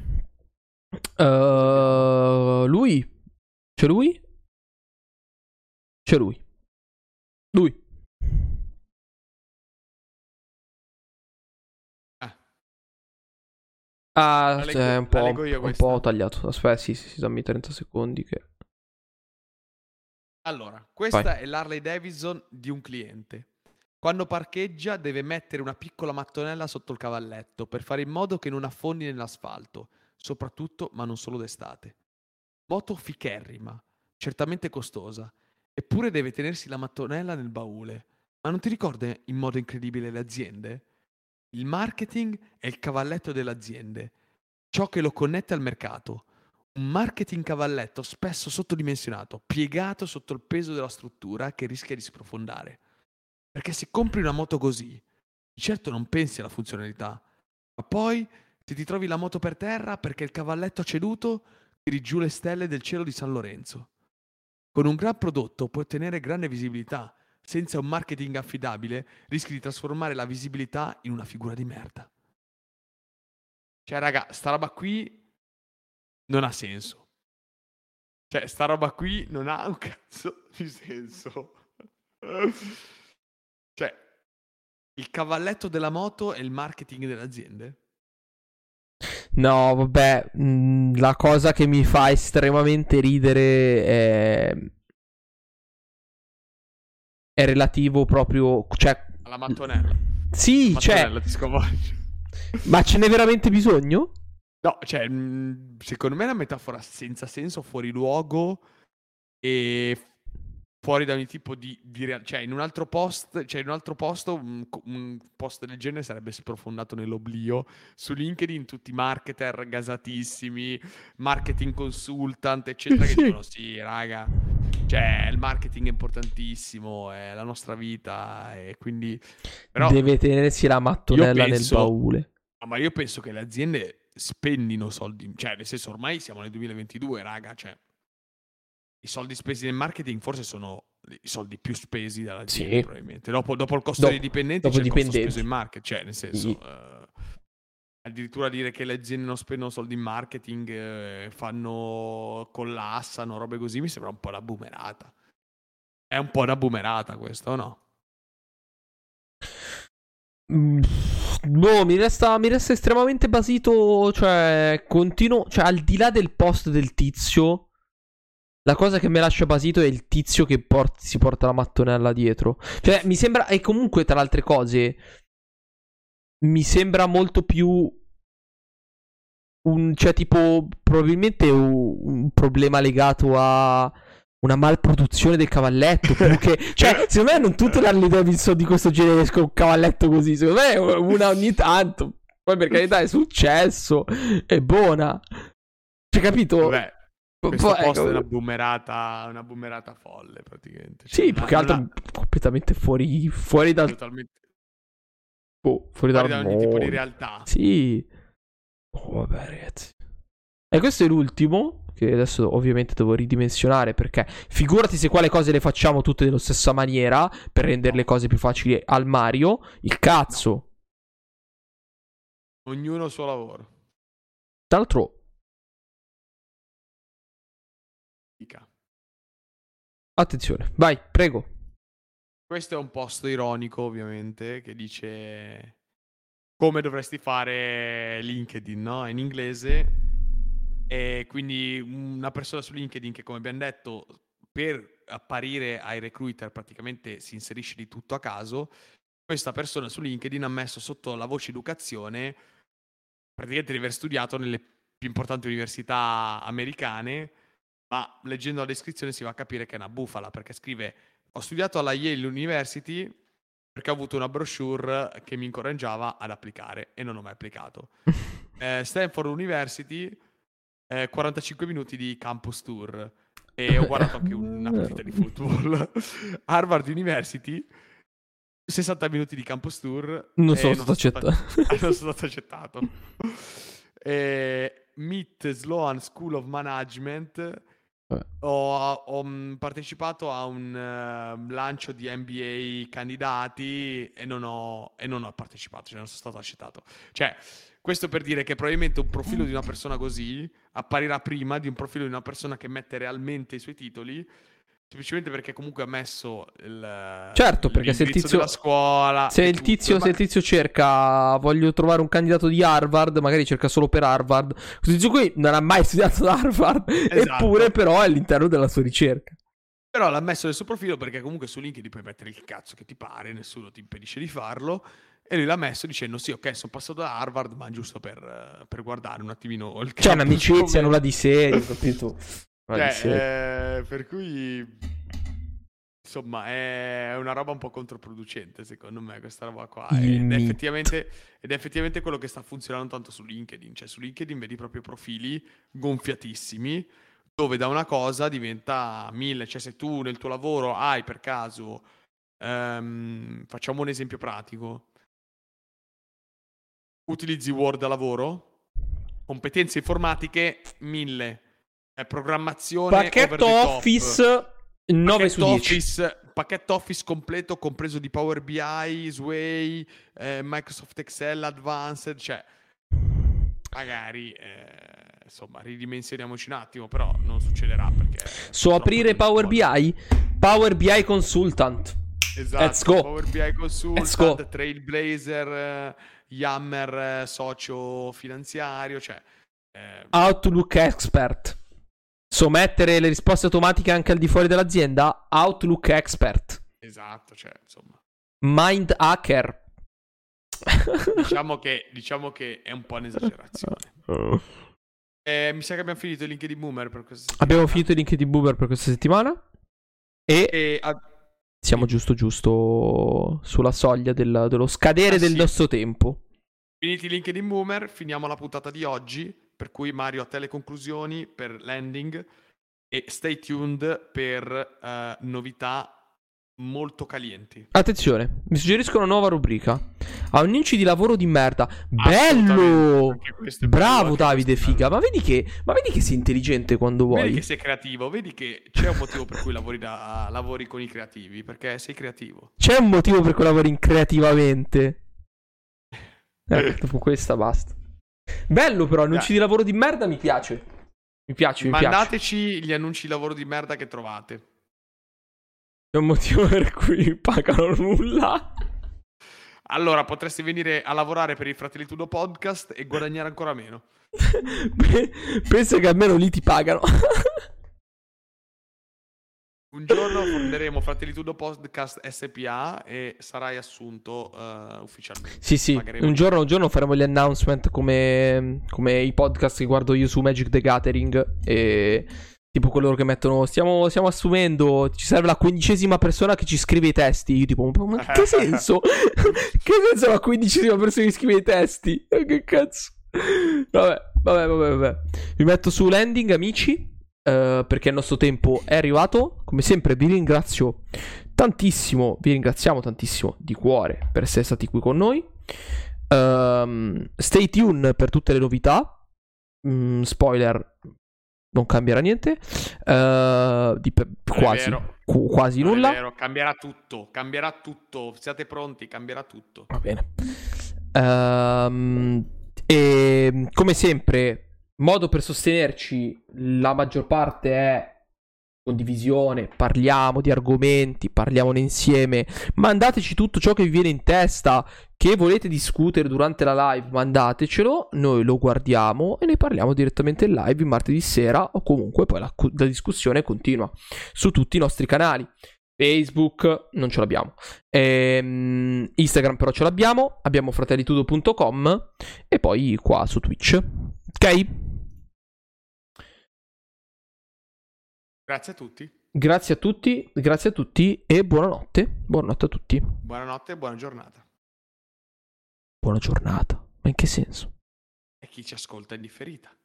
lui? C'è lui? C'è lui. Lui. Ah, La è un po', leggo io un questa. po' tagliato. Aspetta, sì, dammi 30 secondi che... Allora, Vai. questa è l'Harley Davidson di un cliente. Quando parcheggia deve mettere una piccola mattonella sotto il cavalletto per fare in modo che non affondi nell'asfalto, soprattutto, ma non solo d'estate. Moto ficherrima, certamente costosa, eppure deve tenersi la mattonella nel baule. Ma non ti ricorda in modo incredibile le aziende? Il marketing è il cavalletto delle aziende, ciò che lo connette al mercato. Un marketing cavalletto spesso sottodimensionato, piegato sotto il peso della struttura che rischia di sprofondare. Perché se compri una moto così, di certo non pensi alla funzionalità, ma poi se ti trovi la moto per terra perché il cavalletto ha ceduto, tiri giù le stelle del cielo di San Lorenzo. Con un gran prodotto puoi ottenere grande visibilità. Senza un marketing affidabile rischi di trasformare la visibilità in una figura di merda. Cioè, raga, sta roba qui non ha senso. Cioè, sta roba qui non ha un cazzo di senso. Cioè, il cavalletto della moto è il marketing delle aziende? No, vabbè, la cosa che mi fa estremamente ridere è relativo proprio, cioè... Alla mattonella. Sì, Mattonella cioè... ti sconvolge. Ma ce n'è veramente bisogno? No, cioè, secondo me è una metafora senza senso, fuori luogo e fuori da ogni tipo di cioè in un altro post, cioè in un altro posto un post del genere sarebbe sprofondato nell'oblio. Su LinkedIn tutti marketer gasatissimi, marketing consultant, eccetera, che Sì. dicono sì, raga, cioè il marketing è importantissimo, è la nostra vita e quindi però Deve tenersi la mattonella nel penso- baule. ma io penso che le aziende spendino soldi, cioè nel senso ormai siamo nel 2022, raga, cioè i soldi spesi nel marketing forse sono i soldi più spesi dall'azienda, Sì. probabilmente. Dopo il costo dei dipendenti dopo c'è il costo dipendenti. speso in marketing, cioè nel senso... Sì. addirittura dire che le aziende non spendono soldi in marketing, collassano, robe così, mi sembra un po' una boomerata. È un po' una boomerata questo, o no? Boh, mi resta estremamente basito. Cioè, continuo. Cioè, al di là del post del tizio, la cosa che mi lascia basito è il tizio che si porta la mattonella dietro. Cioè, mi sembra. E comunque, tra le altre cose, mi sembra molto più. Cioè, tipo, probabilmente un problema legato a una malproduzione del cavalletto. Più che. Cioè, secondo me non tutte le Harley Davidson di questo genere escono un cavalletto così. Secondo me una ogni tanto. Poi, per carità, è successo. È buona. Cioè, capito? Beh, questo Poi, post è ecco. una boomerata folle, praticamente. Cioè, Sì, più che altro completamente fuori dal. totalmente Fuori fuori dal da ogni tipo di mondo. realtà. Sì. Oh, vabbè, ragazzi. E questo è l'ultimo, che adesso ovviamente devo ridimensionare, perché figurati se qua le cose le facciamo tutte nella stessa maniera, per rendere le cose più facili al Mario. Il cazzo. Ognuno il suo lavoro. Tra l'altro, Dica. attenzione, vai, prego. Questo è un post ironico, ovviamente, che dice come dovresti fare LinkedIn, no? In inglese. E quindi una persona su LinkedIn che, come abbiamo detto, per apparire ai recruiter praticamente si inserisce di tutto a caso. Questa persona su LinkedIn ha messo sotto la voce educazione praticamente di aver studiato nelle più importanti università americane, ma leggendo la descrizione si va a capire che è una bufala, perché scrive: ho studiato alla Yale University perché ho avuto una brochure che mi incoraggiava ad applicare e non ho mai applicato. Stanford University, 45 minuti di campus tour e ho guardato anche una partita di football. Harvard University, 60 minuti di campus tour Non e sono stato accettato. non sono stato accettato. MIT Sloan School of Management. Ho partecipato a un lancio di MBA candidati e non ho partecipato, cioè non sono stato accettato. Cioè, questo per dire che probabilmente un profilo di una persona così apparirà prima di un profilo di una persona che mette realmente i suoi titoli semplicemente perché comunque ha messo il Certo, perché se il l'indirizzo tizio della scuola se e il tutto, tizio, se il tizio cerca voglio trovare un candidato di Harvard, magari cerca solo per Harvard. Questo tizio qui non ha mai studiato ad Harvard, Esatto. eppure però è all'interno della sua ricerca. Però l'ha messo nel suo profilo perché comunque su LinkedIn puoi mettere il cazzo che ti pare, nessuno ti impedisce di farlo. E lui l'ha messo dicendo sì, ok, sono passato da Harvard, ma giusto per guardare un attimino il C'è campus un'amicizia, come- nulla di serio, capito? Nulla di serio. per cui insomma è una roba un po' controproducente secondo me questa roba qua. Il Ed è mito. effettivamente quello che sta funzionando tanto su LinkedIn. Cioè su LinkedIn vedi proprio profili gonfiatissimi dove da una cosa diventa 1000. Cioè se tu nel tuo lavoro hai per caso, facciamo un esempio pratico, utilizzi Word a lavoro, competenze informatiche 1000, programmazione over the Pacchetto top, Office 9 su 10. pacchetto Office completo compreso di Power BI, Sway, Microsoft Excel Advanced, cioè magari insomma ridimensioniamoci un attimo, però non succederà perché So aprire Power BI? Power BI Consultant. Esatto, Let's go. Power BI Let's go. Consultant, Trailblazer, Yammer socio finanziario, cioè Outlook Expert. So mettere le risposte automatiche anche al di fuori dell'azienda? Outlook Expert. esatto, cioè insomma Mind Hacker. diciamo che è un po' un'esagerazione. Mi sa che abbiamo finito il LinkedIn Boomer per questa settimana. Abbiamo finito i link di Boomer per questa settimana. E E siamo giusto sulla soglia dello scadere del sì. nostro tempo. finiti i LinkedIn Boomer, finiamo la puntata di oggi, per cui Mario a te le conclusioni per landing e stay tuned per novità molto calienti. Attenzione, mi suggerisco una nuova rubrica. Annunci di lavoro di merda. Assolutamente, Bello! anche questo è bello, Bravo anche Davide, questo è bello. figa. Ma vedi che sei intelligente quando Vedi vuoi. che sei creativo, vedi che c'è un motivo per cui lavori con i creativi, perché sei creativo. C'è un motivo per cui lavori creativamente. Dopo questa basta. Bello però, annunci di lavoro di merda mi piace. Mi piace. Mandateci gli annunci di lavoro di merda che trovate. C'è un motivo per cui pagano nulla. Allora, potresti venire a lavorare per il Fratelli Tudo Podcast e guadagnare ancora meno. Pensa che almeno lì ti pagano. Un giorno fonderemo Fratelli Tudo Podcast SPA e sarai assunto ufficialmente. Sì, Pagheremo. un giorno faremo gli announcement come i podcast che guardo io su Magic the Gathering. E tipo coloro che mettono stiamo assumendo, ci serve la 15ª persona che ci scrive i testi. Io tipo, ma che senso? Che senso la 15ª persona che scrive i testi? Che cazzo? Vabbè. Vi metto su landing, amici, perché il nostro tempo è arrivato. Come sempre vi ringraziamo tantissimo di cuore per essere stati qui con noi. Stay tuned per tutte le novità. Spoiler, non cambierà niente, quasi nulla. È vero, cambierà tutto, siate pronti, cambierà tutto. Va bene. E come sempre, modo per sostenerci, la maggior parte è condivisione, parliamo di argomenti, parliamone insieme, mandateci tutto ciò che vi viene in testa, che volete discutere durante la live, mandatecelo, noi lo guardiamo e ne parliamo direttamente in live il martedì sera, o comunque poi la discussione continua su tutti i nostri canali. Facebook non ce l'abbiamo, Instagram però ce l'abbiamo, abbiamo fratellitudo.com e poi qua su Twitch. Ok? Grazie a tutti. Grazie a tutti e buonanotte. Buonanotte a tutti. Buonanotte e buona giornata. Buona giornata. Ma in che senso? E chi ci ascolta in differita.